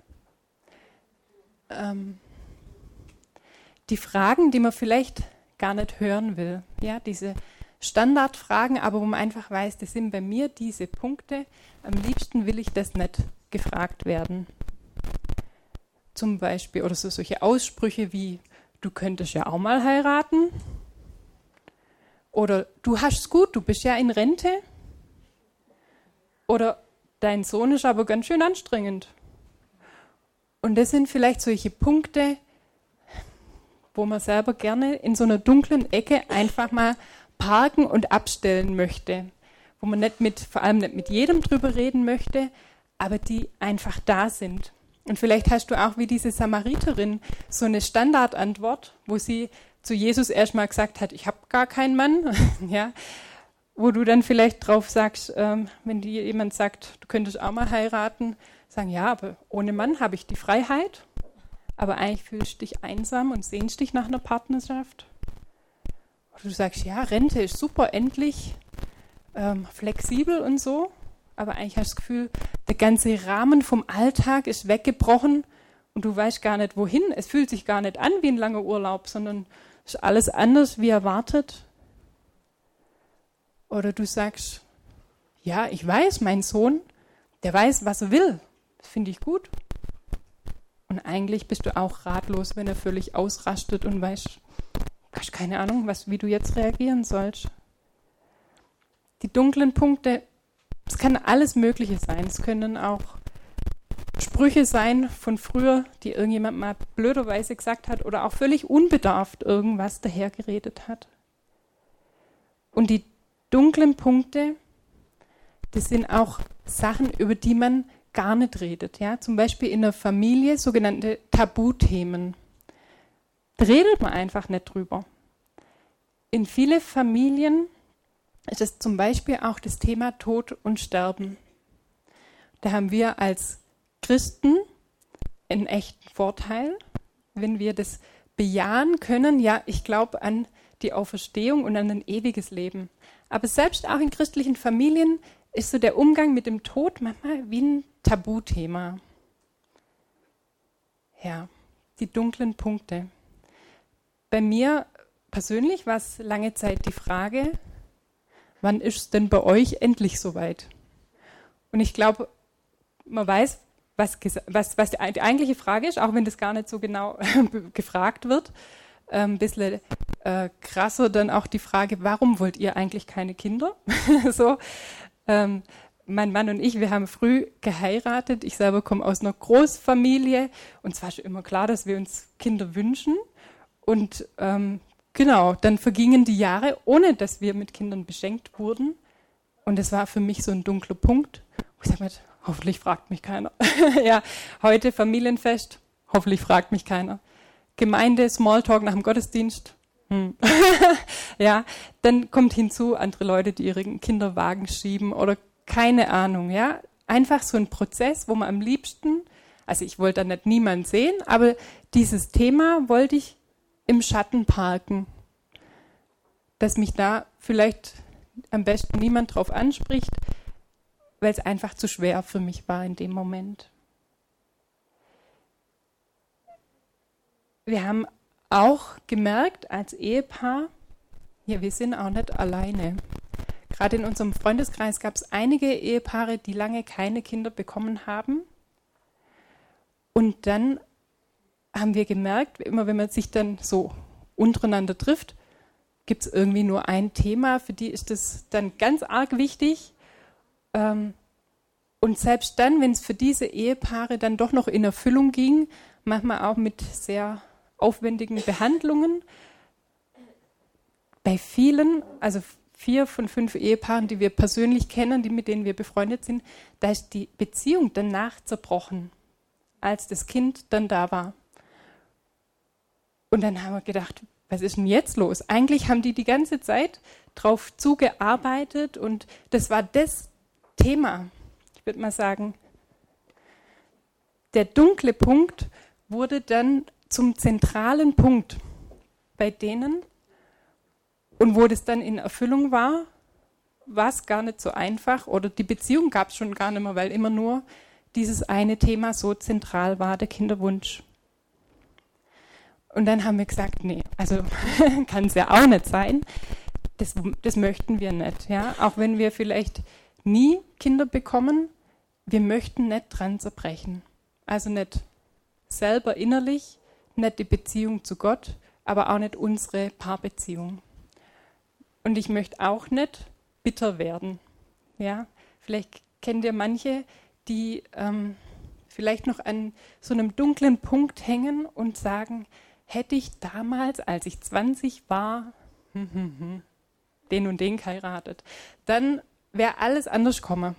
Die Fragen, die man vielleicht gar nicht hören will. Ja, diese Standardfragen, aber wo man einfach weiß, das sind bei mir diese Punkte. Am liebsten will ich das nicht gefragt werden. Zum Beispiel, oder so solche Aussprüche wie, du könntest ja auch mal heiraten. Oder du hast es gut, du bist ja in Rente. Oder dein Sohn ist aber ganz schön anstrengend. Und das sind vielleicht solche Punkte, wo man selber gerne in so einer dunklen Ecke einfach mal parken und abstellen möchte. Wo man vor allem nicht mit jedem drüber reden möchte, aber die einfach da sind. Und vielleicht hast du auch wie diese Samariterin so eine Standardantwort, wo sie zu Jesus erstmal gesagt hat, ich habe gar keinen Mann. Ja, wo du dann vielleicht drauf sagst, wenn dir jemand sagt, du könntest auch mal heiraten, sagen, ja, aber ohne Mann habe ich die Freiheit, aber eigentlich fühlst du dich einsam und sehnst dich nach einer Partnerschaft. Oder du sagst, ja, Rente ist super, endlich flexibel und so, aber eigentlich hast du das Gefühl, der ganze Rahmen vom Alltag ist weggebrochen und du weißt gar nicht wohin. Es fühlt sich gar nicht an wie ein langer Urlaub, sondern ist alles anders wie erwartet. Oder du sagst, ja, ich weiß, mein Sohn, der weiß, was er will. Das finde ich gut. Und eigentlich bist du auch ratlos, wenn er völlig ausrastet und hast keine Ahnung, wie du jetzt reagieren sollst. Die dunklen Punkte, es kann alles Mögliche sein. Es können auch Sprüche sein von früher, die irgendjemand mal blöderweise gesagt hat oder auch völlig unbedarft irgendwas dahergeredet hat. Und die dunklen Punkte, das sind auch Sachen, über die man gar nicht redet. Ja? Zum Beispiel in der Familie sogenannte Tabuthemen. Da redet man einfach nicht drüber. In viele Familien ist es zum Beispiel auch das Thema Tod und Sterben. Da haben wir als Christen einen echten Vorteil, wenn wir das bejahen können. Ja, ich glaube an die Auferstehung und an ein ewiges Leben. Aber selbst auch in christlichen Familien ist so der Umgang mit dem Tod manchmal wie ein Tabuthema. Ja, die dunklen Punkte. Bei mir persönlich war es lange Zeit die Frage, wann ist es denn bei euch endlich soweit? Und ich glaube, man weiß, was die eigentliche Frage ist, auch wenn das gar nicht so genau gefragt wird. Ein bisschen krasser dann auch die Frage, warum wollt ihr eigentlich keine Kinder? So, mein Mann und ich, wir haben früh geheiratet. Ich selber komme aus einer Großfamilie und es war schon immer klar, dass wir uns Kinder wünschen. Und genau, dann vergingen die Jahre, ohne dass wir mit Kindern beschenkt wurden. Und es war für mich so ein dunkler Punkt, wo ich sage, hoffentlich fragt mich keiner. Ja, heute Familienfest, hoffentlich fragt mich keiner. Gemeinde, Smalltalk nach dem Gottesdienst. Ja, dann kommt hinzu andere Leute, die ihre Kinderwagen schieben oder keine Ahnung. Ja, einfach so ein Prozess, wo man am liebsten, also ich wollte da nicht niemanden sehen, aber dieses Thema wollte ich im Schatten parken, dass mich da vielleicht am besten niemand drauf anspricht, weil es einfach zu schwer für mich war in dem Moment. Wir haben auch gemerkt als Ehepaar, ja, wir sind auch nicht alleine. Gerade in unserem Freundeskreis gab es einige Ehepaare, die lange keine Kinder bekommen haben. Und dann haben wir gemerkt, immer wenn man sich dann so untereinander trifft, gibt es irgendwie nur ein Thema, für die ist das dann ganz arg wichtig. Und selbst dann, wenn es für diese Ehepaare dann doch noch in Erfüllung ging, manchmal auch mit sehr aufwendigen Behandlungen, bei vielen, also 4 von 5 Ehepaaren, die wir persönlich kennen, mit denen wir befreundet sind, da ist die Beziehung danach zerbrochen, als das Kind dann da war. Und dann haben wir gedacht, was ist denn jetzt los? Eigentlich haben die ganze Zeit drauf zugearbeitet und das war das Thema. Ich würde mal sagen, der dunkle Punkt wurde dann zum zentralen Punkt bei denen. Und wo das dann in Erfüllung war, war es gar nicht so einfach oder die Beziehung gab es schon gar nicht mehr, weil immer nur dieses eine Thema so zentral war, der Kinderwunsch. Und dann haben wir gesagt, nee, also kann es ja auch nicht sein. Das möchten wir nicht. Ja? Auch wenn wir vielleicht nie Kinder bekommen, wir möchten nicht dran zerbrechen. Also nicht selber innerlich, nicht die Beziehung zu Gott, aber auch nicht unsere Paarbeziehung. Und ich möchte auch nicht bitter werden. Ja? Vielleicht kennt ihr manche, die vielleicht noch an so einem dunklen Punkt hängen und sagen, hätte ich damals, als ich 20 war, den und den geheiratet, dann wäre alles anders gekommen.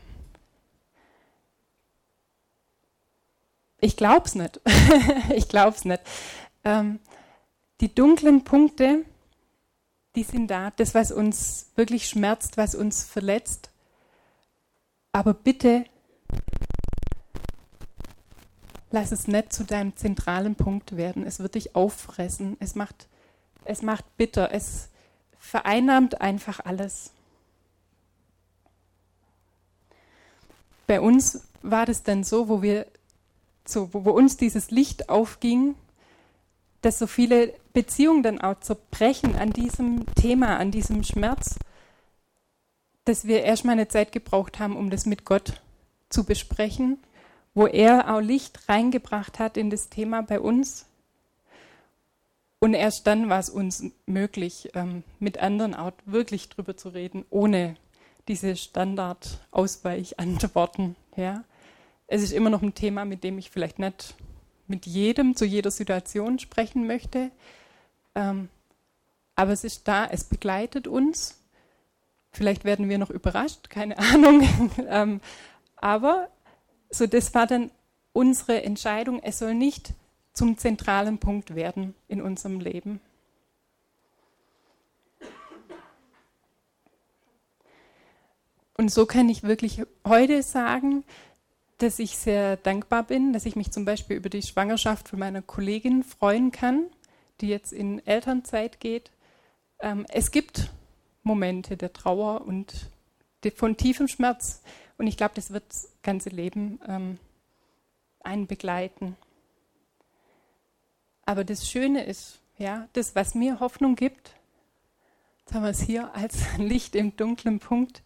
Ich glaube es nicht. Ich glaube es nicht. Die dunklen Punkte, die sind da, das, was uns wirklich schmerzt, was uns verletzt. Aber bitte, lass es nicht zu deinem zentralen Punkt werden. Es wird dich auffressen. Es macht bitter. Es vereinnahmt einfach alles. bei uns war das dann so, wo uns dieses Licht aufging, dass so viele Beziehungen dann auch zerbrechen an diesem Thema, an diesem Schmerz, dass wir erstmal eine Zeit gebraucht haben, um das mit Gott zu besprechen, wo er auch Licht reingebracht hat in das Thema bei uns. Und erst dann war es uns möglich, mit anderen auch wirklich drüber zu reden, ohne diese Standard-Ausweichantworten. Ja. Es ist immer noch ein Thema, mit dem ich vielleicht nicht mit jedem zu jeder Situation sprechen möchte. Aber es ist da, es begleitet uns. Vielleicht werden wir noch überrascht, keine Ahnung. Aber so, das war dann unsere Entscheidung. Es soll nicht zum zentralen Punkt werden in unserem Leben. Und so kann ich wirklich heute sagen, dass ich sehr dankbar bin, dass ich mich zum Beispiel über die Schwangerschaft von meiner Kollegin freuen kann, die jetzt in Elternzeit geht. Es gibt Momente der Trauer und von tiefem Schmerz. Und ich glaube, das wird das ganze Leben einen begleiten. Aber das Schöne ist, ja, das, was mir Hoffnung gibt, jetzt haben wir es hier als Licht im dunklen Punkt.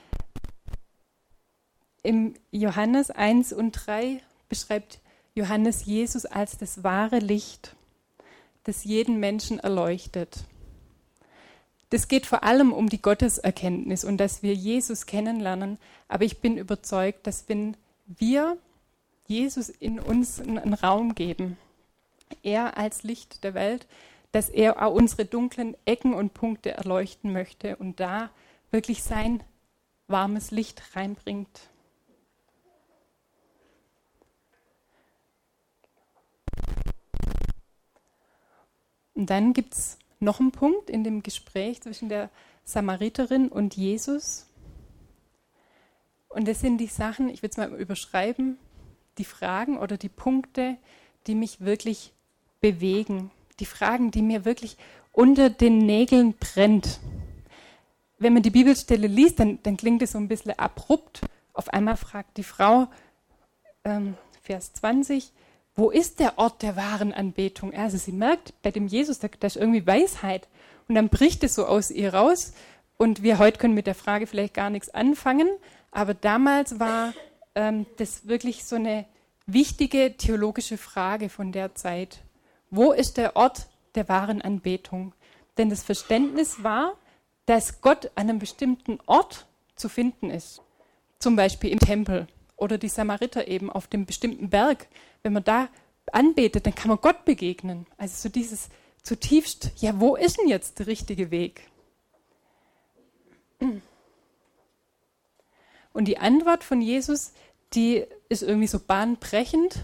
Im Johannes 1 und 3 beschreibt Johannes Jesus als das wahre Licht, das jeden Menschen erleuchtet. Das geht vor allem um die Gotteserkenntnis und dass wir Jesus kennenlernen. Aber ich bin überzeugt, dass wenn wir Jesus in uns einen Raum geben, er als Licht der Welt, dass er auch unsere dunklen Ecken und Punkte erleuchten möchte und da wirklich sein warmes Licht reinbringt. Und dann gibt es noch einen Punkt in dem Gespräch zwischen der Samariterin und Jesus. Und das sind die Sachen, ich will es mal überschreiben, die Fragen oder die Punkte, die mich wirklich bewegen. Die Fragen, die mir wirklich unter den Nägeln brennt. Wenn man die Bibelstelle liest, dann klingt es so ein bisschen abrupt. Auf einmal fragt die Frau, Vers 20, wo ist der Ort der wahren Anbetung? Also sie merkt, bei dem Jesus, da ist irgendwie Weisheit. Und dann bricht es so aus ihr raus. Und wir heute können mit der Frage vielleicht gar nichts anfangen. Aber damals war das wirklich so eine wichtige theologische Frage von der Zeit. Wo ist der Ort der wahren Anbetung? Denn das Verständnis war, dass Gott an einem bestimmten Ort zu finden ist. Zum Beispiel im Tempel oder die Samariter eben auf dem bestimmten Berg. Wenn man da anbetet, dann kann man Gott begegnen. Also so dieses zutiefst, ja, wo ist denn jetzt der richtige Weg? Und die Antwort von Jesus, die ist irgendwie so bahnbrechend,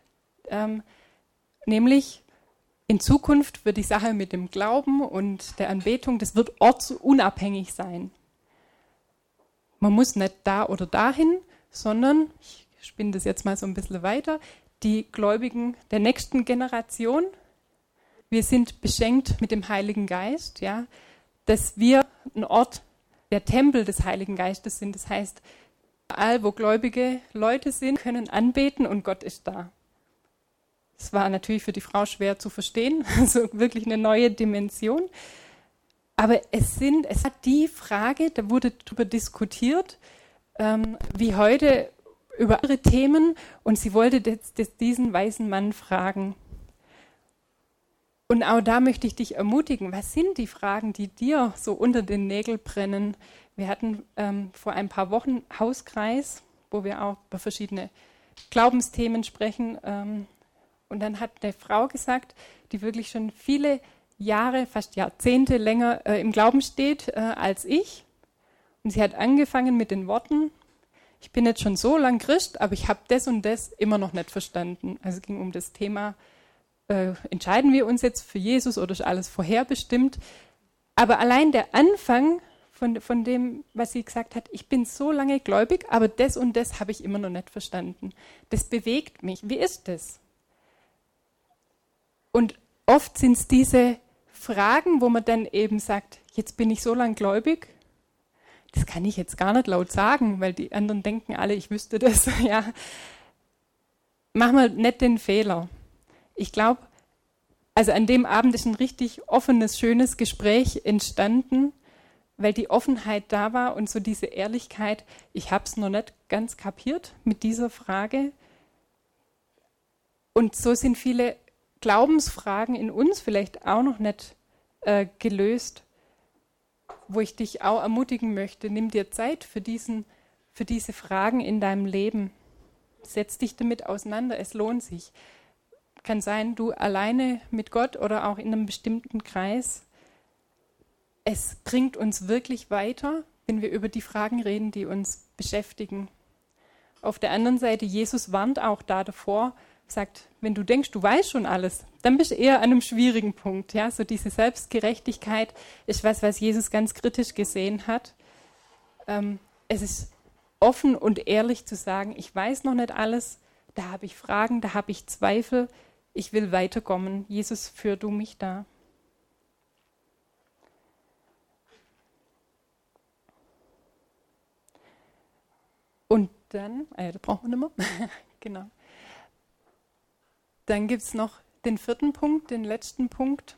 nämlich in Zukunft wird die Sache mit dem Glauben und der Anbetung, das wird ortsunabhängig sein. Man muss nicht da oder dahin, sondern, ich spinne das jetzt mal so ein bisschen weiter, die Gläubigen der nächsten Generation, wir sind beschenkt mit dem Heiligen Geist, ja, dass wir ein Ort, der Tempel des Heiligen Geistes sind. Das heißt, überall, wo gläubige Leute sind, können anbeten und Gott ist da. Das war natürlich für die Frau schwer zu verstehen, also wirklich eine neue Dimension. Aber es hat die Frage, da wurde darüber diskutiert, wie heute über andere Themen, und sie wollte diesen weisen Mann fragen. Und auch da möchte ich dich ermutigen, was sind die Fragen, die dir so unter den Nägeln brennen? Wir hatten vor ein paar Wochen Hauskreis, wo wir auch über verschiedene Glaubensthemen sprechen. Und dann hat eine Frau gesagt, die wirklich schon viele Jahre, fast Jahrzehnte länger im Glauben steht als ich. Und sie hat angefangen mit den Worten, ich bin jetzt schon so lang Christ, aber ich habe das und das immer noch nicht verstanden. Also es ging um das Thema, entscheiden wir uns jetzt für Jesus oder ist alles vorherbestimmt? Aber allein der Anfang von dem, was sie gesagt hat, ich bin so lange gläubig, aber das und das habe ich immer noch nicht verstanden. Das bewegt mich. Wie ist das? Und oft sind es diese Fragen, wo man dann eben sagt, jetzt bin ich so lang gläubig, das kann ich jetzt gar nicht laut sagen, weil die anderen denken alle, ich wüsste das. Ja. Mach mal nicht den Fehler. Ich glaube, also an dem Abend ist ein richtig offenes, schönes Gespräch entstanden, weil die Offenheit da war und so diese Ehrlichkeit, ich habe es noch nicht ganz kapiert mit dieser Frage. Und so sind viele Glaubensfragen in uns vielleicht auch noch nicht gelöst, wo ich dich auch ermutigen möchte. Nimm dir Zeit für diese Fragen in deinem Leben. Setz dich damit auseinander, es lohnt sich. Kann sein, du alleine mit Gott oder auch in einem bestimmten Kreis. Es bringt uns wirklich weiter, wenn wir über die Fragen reden, die uns beschäftigen. Auf der anderen Seite, Jesus warnt auch da davor, sagt, wenn du denkst, du weißt schon alles, dann bist du eher an einem schwierigen Punkt. Ja? So diese Selbstgerechtigkeit ist was Jesus ganz kritisch gesehen hat. Es ist offen und ehrlich zu sagen, ich weiß noch nicht alles, da habe ich Fragen, da habe ich Zweifel, ich will weiterkommen. Jesus, führ du mich da. Und dann, da brauchen wir nicht mehr. Genau. Dann gibt es noch den 4. Punkt, den letzten Punkt.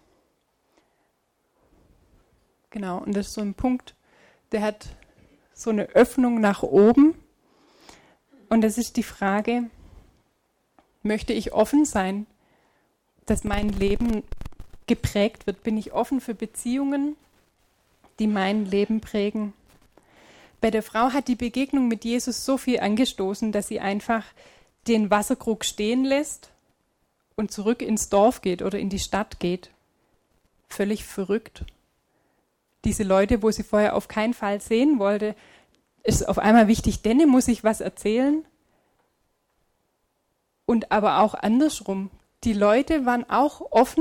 Genau, und das ist so ein Punkt, der hat so eine Öffnung nach oben. Und das ist die Frage, möchte ich offen sein, dass mein Leben geprägt wird? Bin ich offen für Beziehungen, die mein Leben prägen? Bei der Frau hat die Begegnung mit Jesus so viel angestoßen, dass sie einfach den Wasserkrug stehen lässt und zurück ins Dorf geht oder in die Stadt geht. Völlig verrückt. Diese Leute, wo sie vorher auf keinen Fall sehen wollte, ist auf einmal wichtig, denen muss ich was erzählen. Und aber auch andersrum. Die Leute waren auch offen,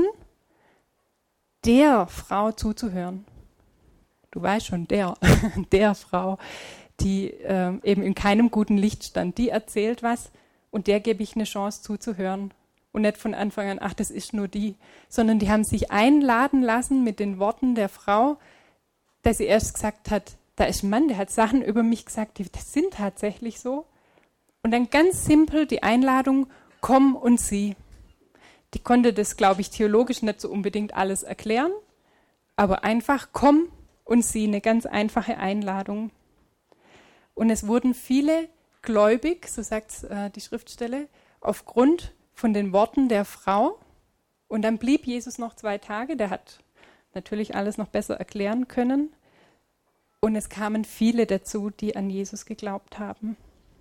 der Frau zuzuhören. Du weißt schon, der Frau, die eben in keinem guten Licht stand. Die erzählt was und der gebe ich eine Chance zuzuhören. Und nicht von Anfang an, ach, das ist nur die. Sondern die haben sich einladen lassen mit den Worten der Frau, dass sie erst gesagt hat, da ist ein Mann, der hat Sachen über mich gesagt, das sind tatsächlich so. Und dann ganz simpel die Einladung, komm und sieh. Die konnte das, glaube ich, theologisch nicht so unbedingt alles erklären, aber einfach komm und sieh, eine ganz einfache Einladung. Und es wurden viele gläubig, so sagt die Schriftstelle, aufgrund von den Worten der Frau. Und dann blieb Jesus noch 2 Tage, der hat natürlich alles noch besser erklären können. Und es kamen viele dazu, die an Jesus geglaubt haben.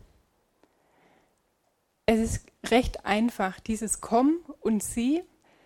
Es ist recht einfach, dieses Komm und Sieh.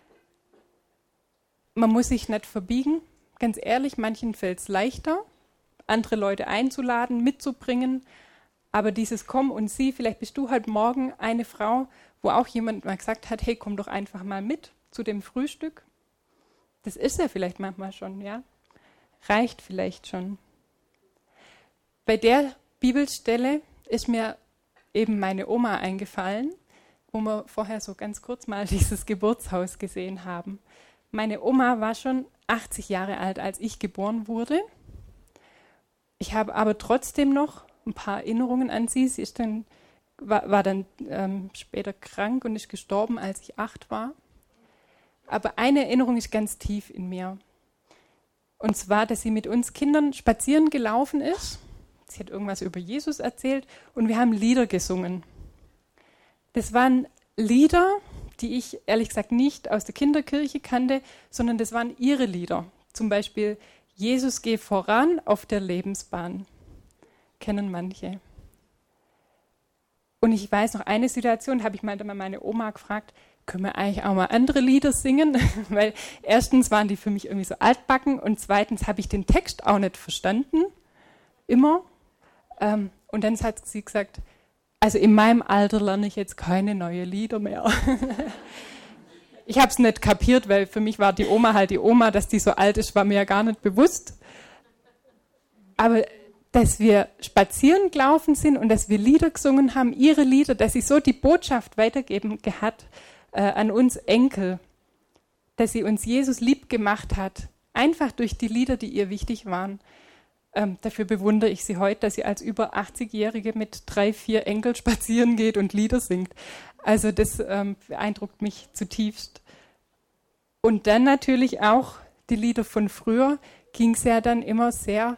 Man muss sich nicht verbiegen. Ganz ehrlich, manchen fällt es leichter, andere Leute einzuladen, mitzubringen. Aber dieses Komm und Sieh, vielleicht bist du heute Morgen eine Frau, wo auch jemand mal gesagt hat, hey, komm doch einfach mal mit zu dem Frühstück. Das ist ja vielleicht manchmal schon, ja. Reicht vielleicht schon. Bei der Bibelstelle ist mir eben meine Oma eingefallen, wo wir vorher so ganz kurz mal dieses Geburtshaus gesehen haben. Meine Oma war schon 80 Jahre alt, als ich geboren wurde. Ich habe aber trotzdem noch ein paar Erinnerungen an sie. Sie ist dann, war dann später krank und ist gestorben, als ich 8 war. Aber eine Erinnerung ist ganz tief in mir. Und zwar, dass sie mit uns Kindern spazieren gelaufen ist. Sie hat irgendwas über Jesus erzählt und wir haben Lieder gesungen. Das waren Lieder, die ich ehrlich gesagt nicht aus der Kinderkirche kannte, sondern das waren ihre Lieder. Zum Beispiel Jesus, geh voran auf der Lebensbahn. Kennen manche. Und ich weiß noch eine Situation, habe ich mal meine Oma gefragt, können wir eigentlich auch mal andere Lieder singen? Weil erstens waren die für mich irgendwie so altbacken und zweitens habe ich den Text auch nicht verstanden. Immer. Und dann hat sie gesagt, also in meinem Alter lerne ich jetzt keine neuen Lieder mehr. Ich habe es nicht kapiert, weil für mich war die Oma halt die Oma, dass die so alt ist, war mir ja gar nicht bewusst. Aber dass wir spazieren gelaufen sind und dass wir Lieder gesungen haben, ihre Lieder, dass sie so die Botschaft weitergeben hat an uns Enkel, dass sie uns Jesus lieb gemacht hat, einfach durch die Lieder, die ihr wichtig waren. Dafür bewundere ich sie heute, dass sie als über 80-Jährige mit 3, 4 Enkeln spazieren geht und Lieder singt. Also das beeindruckt mich zutiefst. Und dann natürlich auch die Lieder von früher, ging es ja dann immer sehr,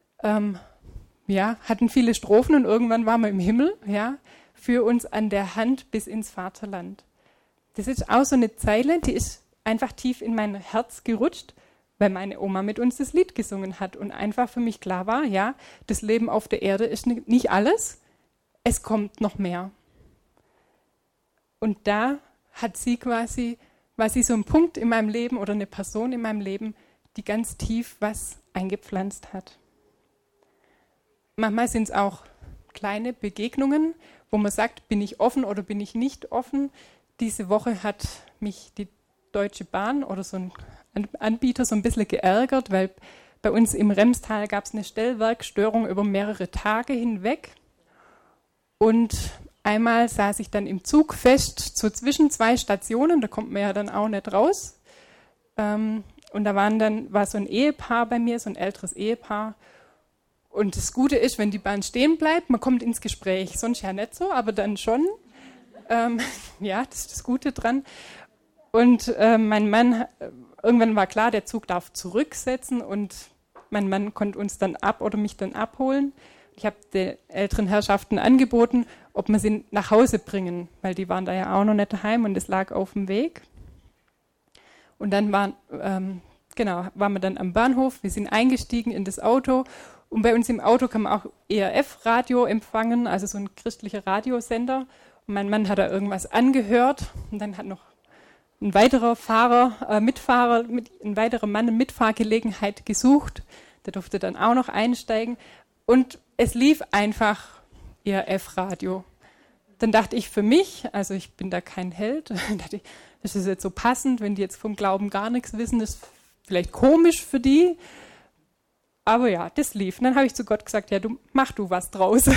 hatten viele Strophen und irgendwann waren wir im Himmel, ja, für uns an der Hand bis ins Vaterland. Das ist auch so eine Zeile, die ist einfach tief in mein Herz gerutscht, weil meine Oma mit uns das Lied gesungen hat und einfach für mich klar war, ja, das Leben auf der Erde ist nicht alles, es kommt noch mehr. Und da hat sie quasi, war sie so ein Punkt in meinem Leben oder eine Person in meinem Leben, die ganz tief was eingepflanzt hat. Manchmal sind es auch kleine Begegnungen, wo man sagt, bin ich offen oder bin ich nicht offen. Diese Woche hat mich die Deutsche Bahn oder so ein Anbieter so ein bisschen geärgert, weil bei uns im Remstal gab es eine Stellwerkstörung über mehrere Tage hinweg. Und einmal saß ich dann im Zug fest, so zwischen 2 Stationen, da kommt man ja dann auch nicht raus. Und da war so ein Ehepaar bei mir, so ein älteres Ehepaar. Und das Gute ist, wenn die Bahn stehen bleibt, man kommt ins Gespräch. Sonst ja nicht so, aber dann schon. Ja, das ist das Gute dran. Und mein Mann, irgendwann war klar, der Zug darf zurücksetzen und mein Mann konnte uns dann mich dann abholen. Ich habe den älteren Herrschaften angeboten, ob wir sie nach Hause bringen, weil die waren da ja auch noch nicht daheim und es lag auf dem Weg. Und dann waren wir dann am Bahnhof, wir sind eingestiegen in das Auto und bei uns im Auto kann man auch ERF-Radio empfangen, also so ein christlicher Radiosender. Und mein Mann hat da irgendwas angehört und dann hat noch ein weiterer ein weiterer Mann eine Mitfahrgelegenheit gesucht. Der durfte dann auch noch einsteigen. Und es lief einfach ERF-Radio. Dann dachte ich für mich, also ich bin da kein Held, dachte ich, das ist jetzt so passend, wenn die jetzt vom Glauben gar nichts wissen, das ist vielleicht komisch für die. Aber ja, das lief. Und dann habe ich zu Gott gesagt, ja, mach du was draus.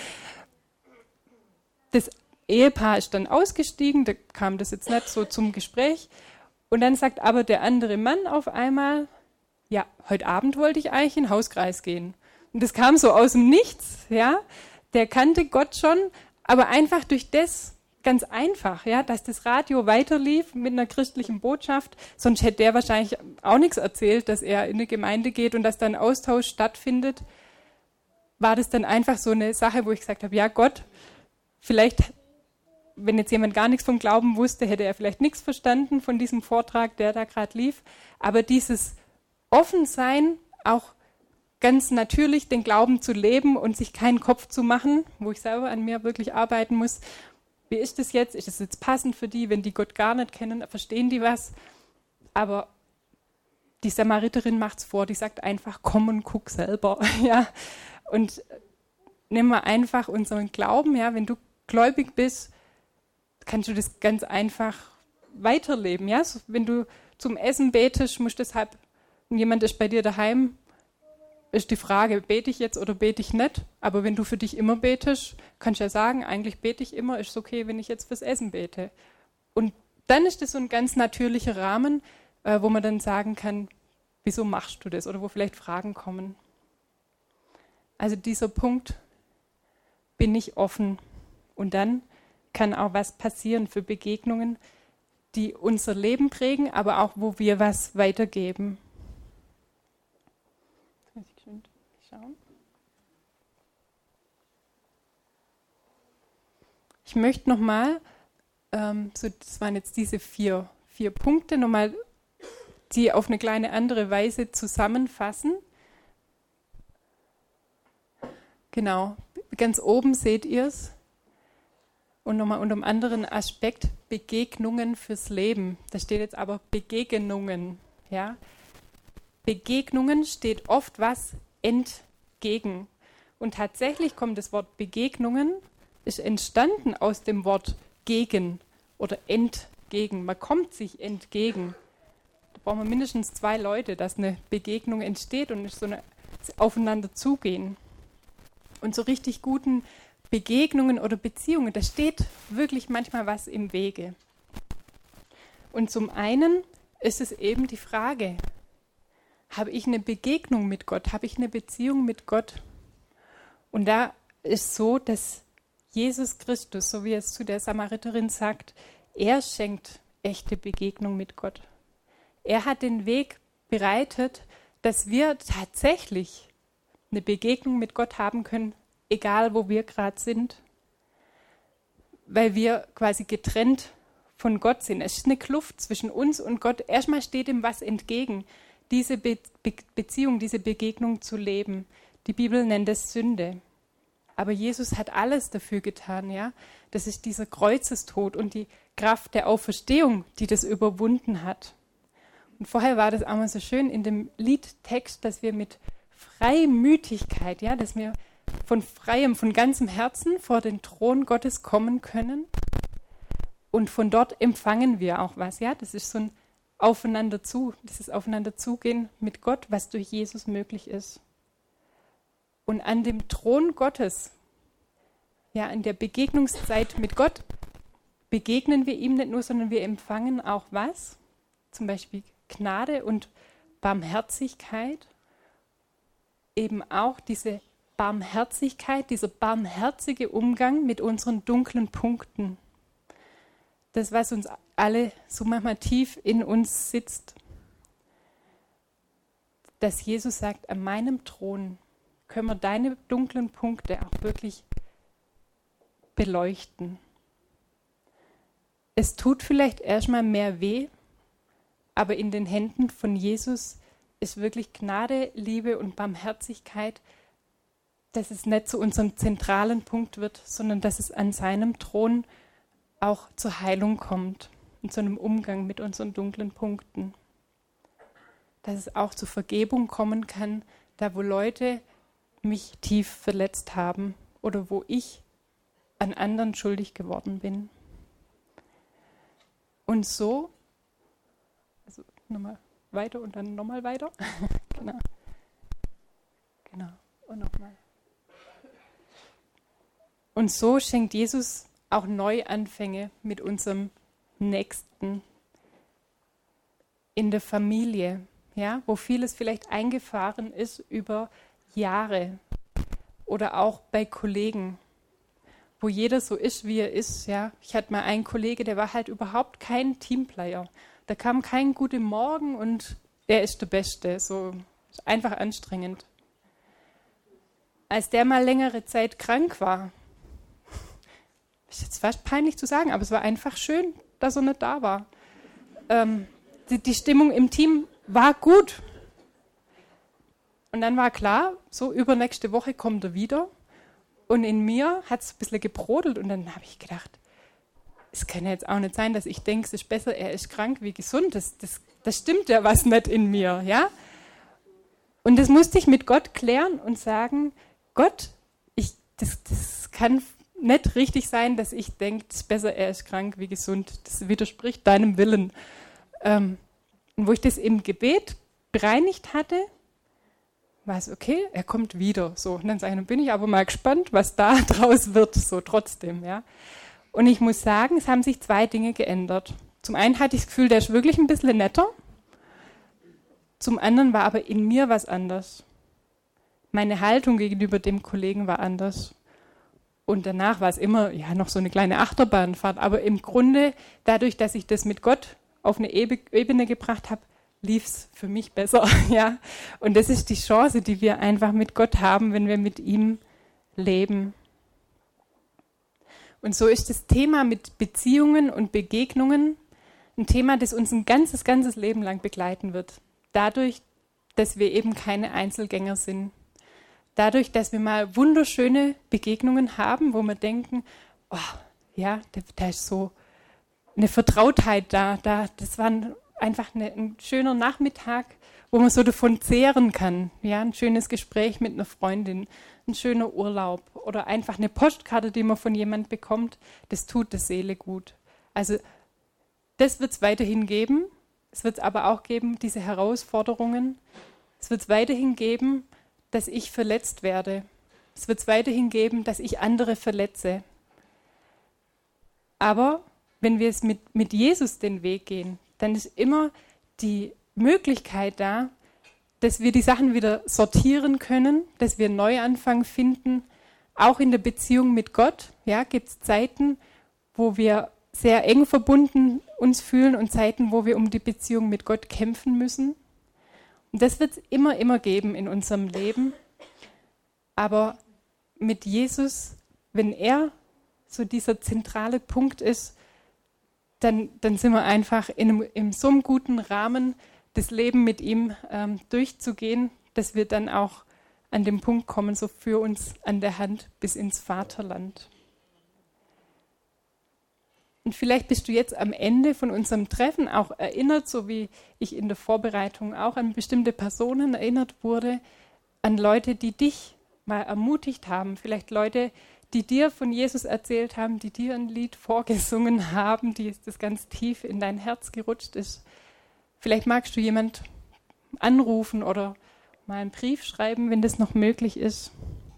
Das Ehepaar ist dann ausgestiegen, da kam das jetzt nicht so zum Gespräch. Und dann sagt aber der andere Mann auf einmal, ja, heute Abend wollte ich eigentlich in den Hauskreis gehen. Und das kam so aus dem Nichts, ja. Der kannte Gott schon, aber einfach durch das, ganz einfach, ja, dass das Radio weiterlief mit einer christlichen Botschaft. Sonst hätte der wahrscheinlich auch nichts erzählt, dass er in eine Gemeinde geht und dass da ein Austausch stattfindet. War das dann einfach so eine Sache, wo ich gesagt habe, ja Gott, vielleicht, wenn jetzt jemand gar nichts vom Glauben wusste, hätte er vielleicht nichts verstanden von diesem Vortrag, der da gerade lief. Aber dieses Offensein, auch ganz natürlich den Glauben zu leben und sich keinen Kopf zu machen, wo ich selber an mir wirklich arbeiten muss. Wie ist das jetzt? Ist es jetzt passend für die, wenn die Gott gar nicht kennen? Verstehen die was? Aber die Samariterin macht's vor, die sagt einfach, komm und guck selber. Ja? Und nimm mal einfach unseren Glauben, ja? Wenn du gläubig bist, kannst du das ganz einfach weiterleben. Ja? So, wenn du zum Essen betest, musst deshalb, und jemand ist bei dir daheim, ist die Frage, bete ich jetzt oder bete ich nicht? Aber wenn du für dich immer betest, kannst du ja sagen, eigentlich bete ich immer, ist es okay, wenn ich jetzt fürs Essen bete. Und dann ist das so ein ganz natürlicher Rahmen, wo man dann sagen kann, wieso machst du das? Oder wo vielleicht Fragen kommen. Also dieser Punkt, bin ich offen. Und dann kann auch was passieren für Begegnungen, die unser Leben prägen, aber auch, wo wir was weitergeben. Ich möchte nochmal, das waren jetzt diese vier Punkte, nochmal die auf eine kleine andere Weise zusammenfassen. Genau, ganz oben seht ihr es. Und nochmal unter einem anderen Aspekt, Begegnungen fürs Leben. Da steht jetzt aber Begegnungen. Ja? Begegnungen steht oft was entgegen. Und tatsächlich kommt das Wort Begegnungen, ist entstanden aus dem Wort gegen oder entgegen. Man kommt sich entgegen. Da braucht man mindestens 2 Leute, dass eine Begegnung entsteht und so eine aufeinander zugehen. Und so richtig guten Begegnungen oder Beziehungen, da steht wirklich manchmal was im Wege. Und zum einen ist es eben die Frage, habe ich eine Begegnung mit Gott, habe ich eine Beziehung mit Gott. Und da ist so, dass Jesus Christus, so wie es zu der Samariterin sagt, er schenkt echte Begegnung mit Gott. Er hat den Weg bereitet, dass wir tatsächlich eine Begegnung mit Gott haben können, egal wo wir gerade sind, weil wir quasi getrennt von Gott sind. Es ist eine Kluft zwischen uns und Gott. Erstmal steht ihm was entgegen, diese Beziehung, diese Begegnung zu leben. Die Bibel nennt es Sünde. Aber Jesus hat alles dafür getan, ja. Das ist dieser Kreuzestod und die Kraft der Auferstehung, die das überwunden hat. Und vorher war das auch mal so schön in dem Liedtext, dass wir mit Freimütigkeit, ja, dass wir von ganzem Herzen vor den Thron Gottes kommen können. Und von dort empfangen wir auch was, ja. Das ist so ein dieses Aufeinanderzugehen mit Gott, was durch Jesus möglich ist. Und an dem Thron Gottes, ja, in der Begegnungszeit mit Gott, begegnen wir ihm nicht nur, sondern wir empfangen auch was? Zum Beispiel Gnade und Barmherzigkeit. Eben auch diese Barmherzigkeit, dieser barmherzige Umgang mit unseren dunklen Punkten. Das, was uns alle so manchmal tief in uns sitzt. Dass Jesus sagt, an meinem Thron können wir deine dunklen Punkte auch wirklich beleuchten. Es tut vielleicht erstmal mehr weh, aber in den Händen von Jesus ist wirklich Gnade, Liebe und Barmherzigkeit, dass es nicht zu unserem zentralen Punkt wird, sondern dass es an seinem Thron auch zur Heilung kommt und zu einem Umgang mit unseren dunklen Punkten. Dass es auch zur Vergebung kommen kann, da wo Leute mich tief verletzt haben oder wo ich an anderen schuldig geworden bin. Und so, also nochmal weiter und dann nochmal weiter. Genau. Und nochmal. Und so schenkt Jesus auch Neuanfänge mit unserem Nächsten in der Familie, ja, wo vieles vielleicht eingefahren ist über Jahre oder auch bei Kollegen, wo jeder so ist, wie er ist. Ja. Ich hatte mal einen Kollege, der war halt überhaupt kein Teamplayer. Da kam kein Guten Morgen und er ist der Beste. So einfach anstrengend. Als der mal längere Zeit krank war, ist jetzt fast peinlich zu sagen, aber es war einfach schön, dass er nicht da war. Die Stimmung im Team war gut. Und dann war klar, so übernächste Woche kommt er wieder. Und in mir hat es ein bisschen gebrodelt. Und dann habe ich gedacht, es kann ja jetzt auch nicht sein, dass ich denke, es ist besser, er ist krank wie gesund. Das stimmt ja was nicht in mir. Ja? Und das musste ich mit Gott klären und sagen, Gott, das kann nicht richtig sein, dass ich denke, es ist besser, er ist krank wie gesund. Das widerspricht deinem Willen. Und wo ich das im Gebet bereinigt hatte, war es okay, er kommt wieder. So, und dann sage ich, dann bin ich aber mal gespannt, was da draus wird, so trotzdem. Ja. Und ich muss sagen, es haben sich 2 Dinge geändert. Zum einen hatte ich das Gefühl, der ist wirklich ein bisschen netter. Zum anderen war aber in mir was anders. Meine Haltung gegenüber dem Kollegen war anders. Und danach war es immer ja noch so eine kleine Achterbahnfahrt. Aber im Grunde, dadurch, dass ich das mit Gott auf eine Ebene gebracht habe, lief es für mich besser. Ja? Und das ist die Chance, die wir einfach mit Gott haben, wenn wir mit ihm leben. Und so ist das Thema mit Beziehungen und Begegnungen ein Thema, das uns ein ganzes Leben lang begleiten wird. Dadurch, dass wir eben keine Einzelgänger sind. Dadurch, dass wir mal wunderschöne Begegnungen haben, wo wir denken, oh, ja, da ist so eine Vertrautheit da. Das war einfach ein schöner Nachmittag, wo man so davon zehren kann. Ja, ein schönes Gespräch mit einer Freundin, ein schöner Urlaub oder einfach eine Postkarte, die man von jemand bekommt. Das tut der Seele gut. Also das wird es weiterhin geben. Es wird es aber auch geben, diese Herausforderungen. Es wird es weiterhin geben, dass ich verletzt werde. Es wird es weiterhin geben, dass ich andere verletze. Aber wenn wir es mit Jesus den Weg gehen, dann ist immer die Möglichkeit da, dass wir die Sachen wieder sortieren können, dass wir einen Neuanfang finden, auch in der Beziehung mit Gott. Ja, gibt es Zeiten, wo wir sehr eng verbunden uns fühlen und Zeiten, wo wir um die Beziehung mit Gott kämpfen müssen. Und das wird es immer geben in unserem Leben. Aber mit Jesus, wenn er so dieser zentrale Punkt ist, dann sind wir einfach in so einem guten Rahmen, das Leben mit ihm durchzugehen, dass wir dann auch an den Punkt kommen, so für uns an der Hand bis ins Vaterland. Und vielleicht bist du jetzt am Ende von unserem Treffen auch erinnert, so wie ich in der Vorbereitung auch an bestimmte Personen erinnert wurde, an Leute, die dich mal ermutigt haben, vielleicht Leute, die dir von Jesus erzählt haben, die dir ein Lied vorgesungen haben, die das ganz tief in dein Herz gerutscht ist. Vielleicht magst du jemand anrufen oder mal einen Brief schreiben, wenn das noch möglich ist.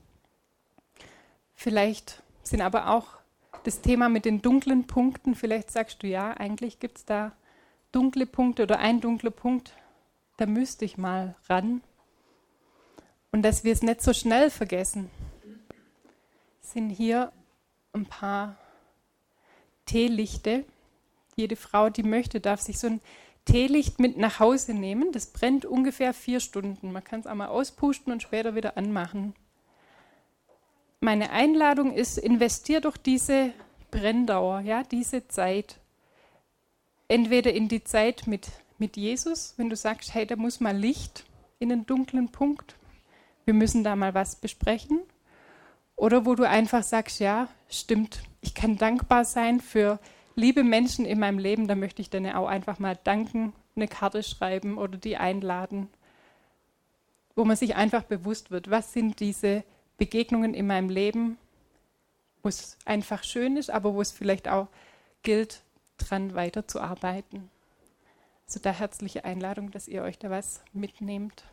Vielleicht sind aber auch das Thema mit den dunklen Punkten, vielleicht sagst du, ja, eigentlich gibt es da dunkle Punkte oder ein dunkler Punkt, da müsste ich mal ran. Und dass wir es nicht so schnell vergessen, sind hier ein paar Teelichte. Jede Frau, die möchte, darf sich so ein Teelicht mit nach Hause nehmen. Das brennt ungefähr 4 Stunden. Man kann es einmal auspusten und später wieder anmachen. Meine Einladung ist, investier doch diese Brenndauer, ja, diese Zeit. Entweder in die Zeit mit Jesus, wenn du sagst, hey, da muss mal Licht in einen dunklen Punkt. Wir müssen da mal was besprechen. Oder wo du einfach sagst, ja, stimmt, ich kann dankbar sein für liebe Menschen in meinem Leben, da möchte ich dann auch einfach mal danken, eine Karte schreiben oder die einladen, wo man sich einfach bewusst wird, was sind diese Begegnungen in meinem Leben, wo es einfach schön ist, aber wo es vielleicht auch gilt, dran weiterzuarbeiten. Also da herzliche Einladung, dass ihr euch da was mitnehmt.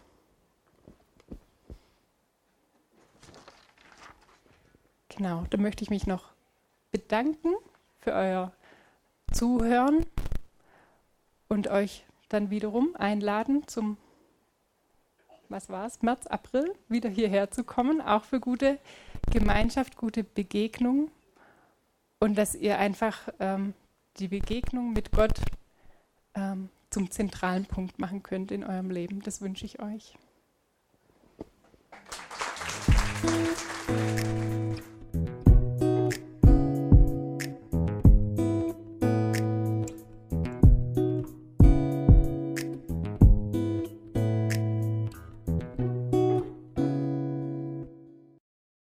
Genau, da möchte ich mich noch bedanken für euer Zuhören und euch dann wiederum einladen zum, März, April, wieder hierher zu kommen, auch für gute Gemeinschaft, gute Begegnung und dass ihr einfach die Begegnung mit Gott zum zentralen Punkt machen könnt in eurem Leben. Das wünsche ich euch.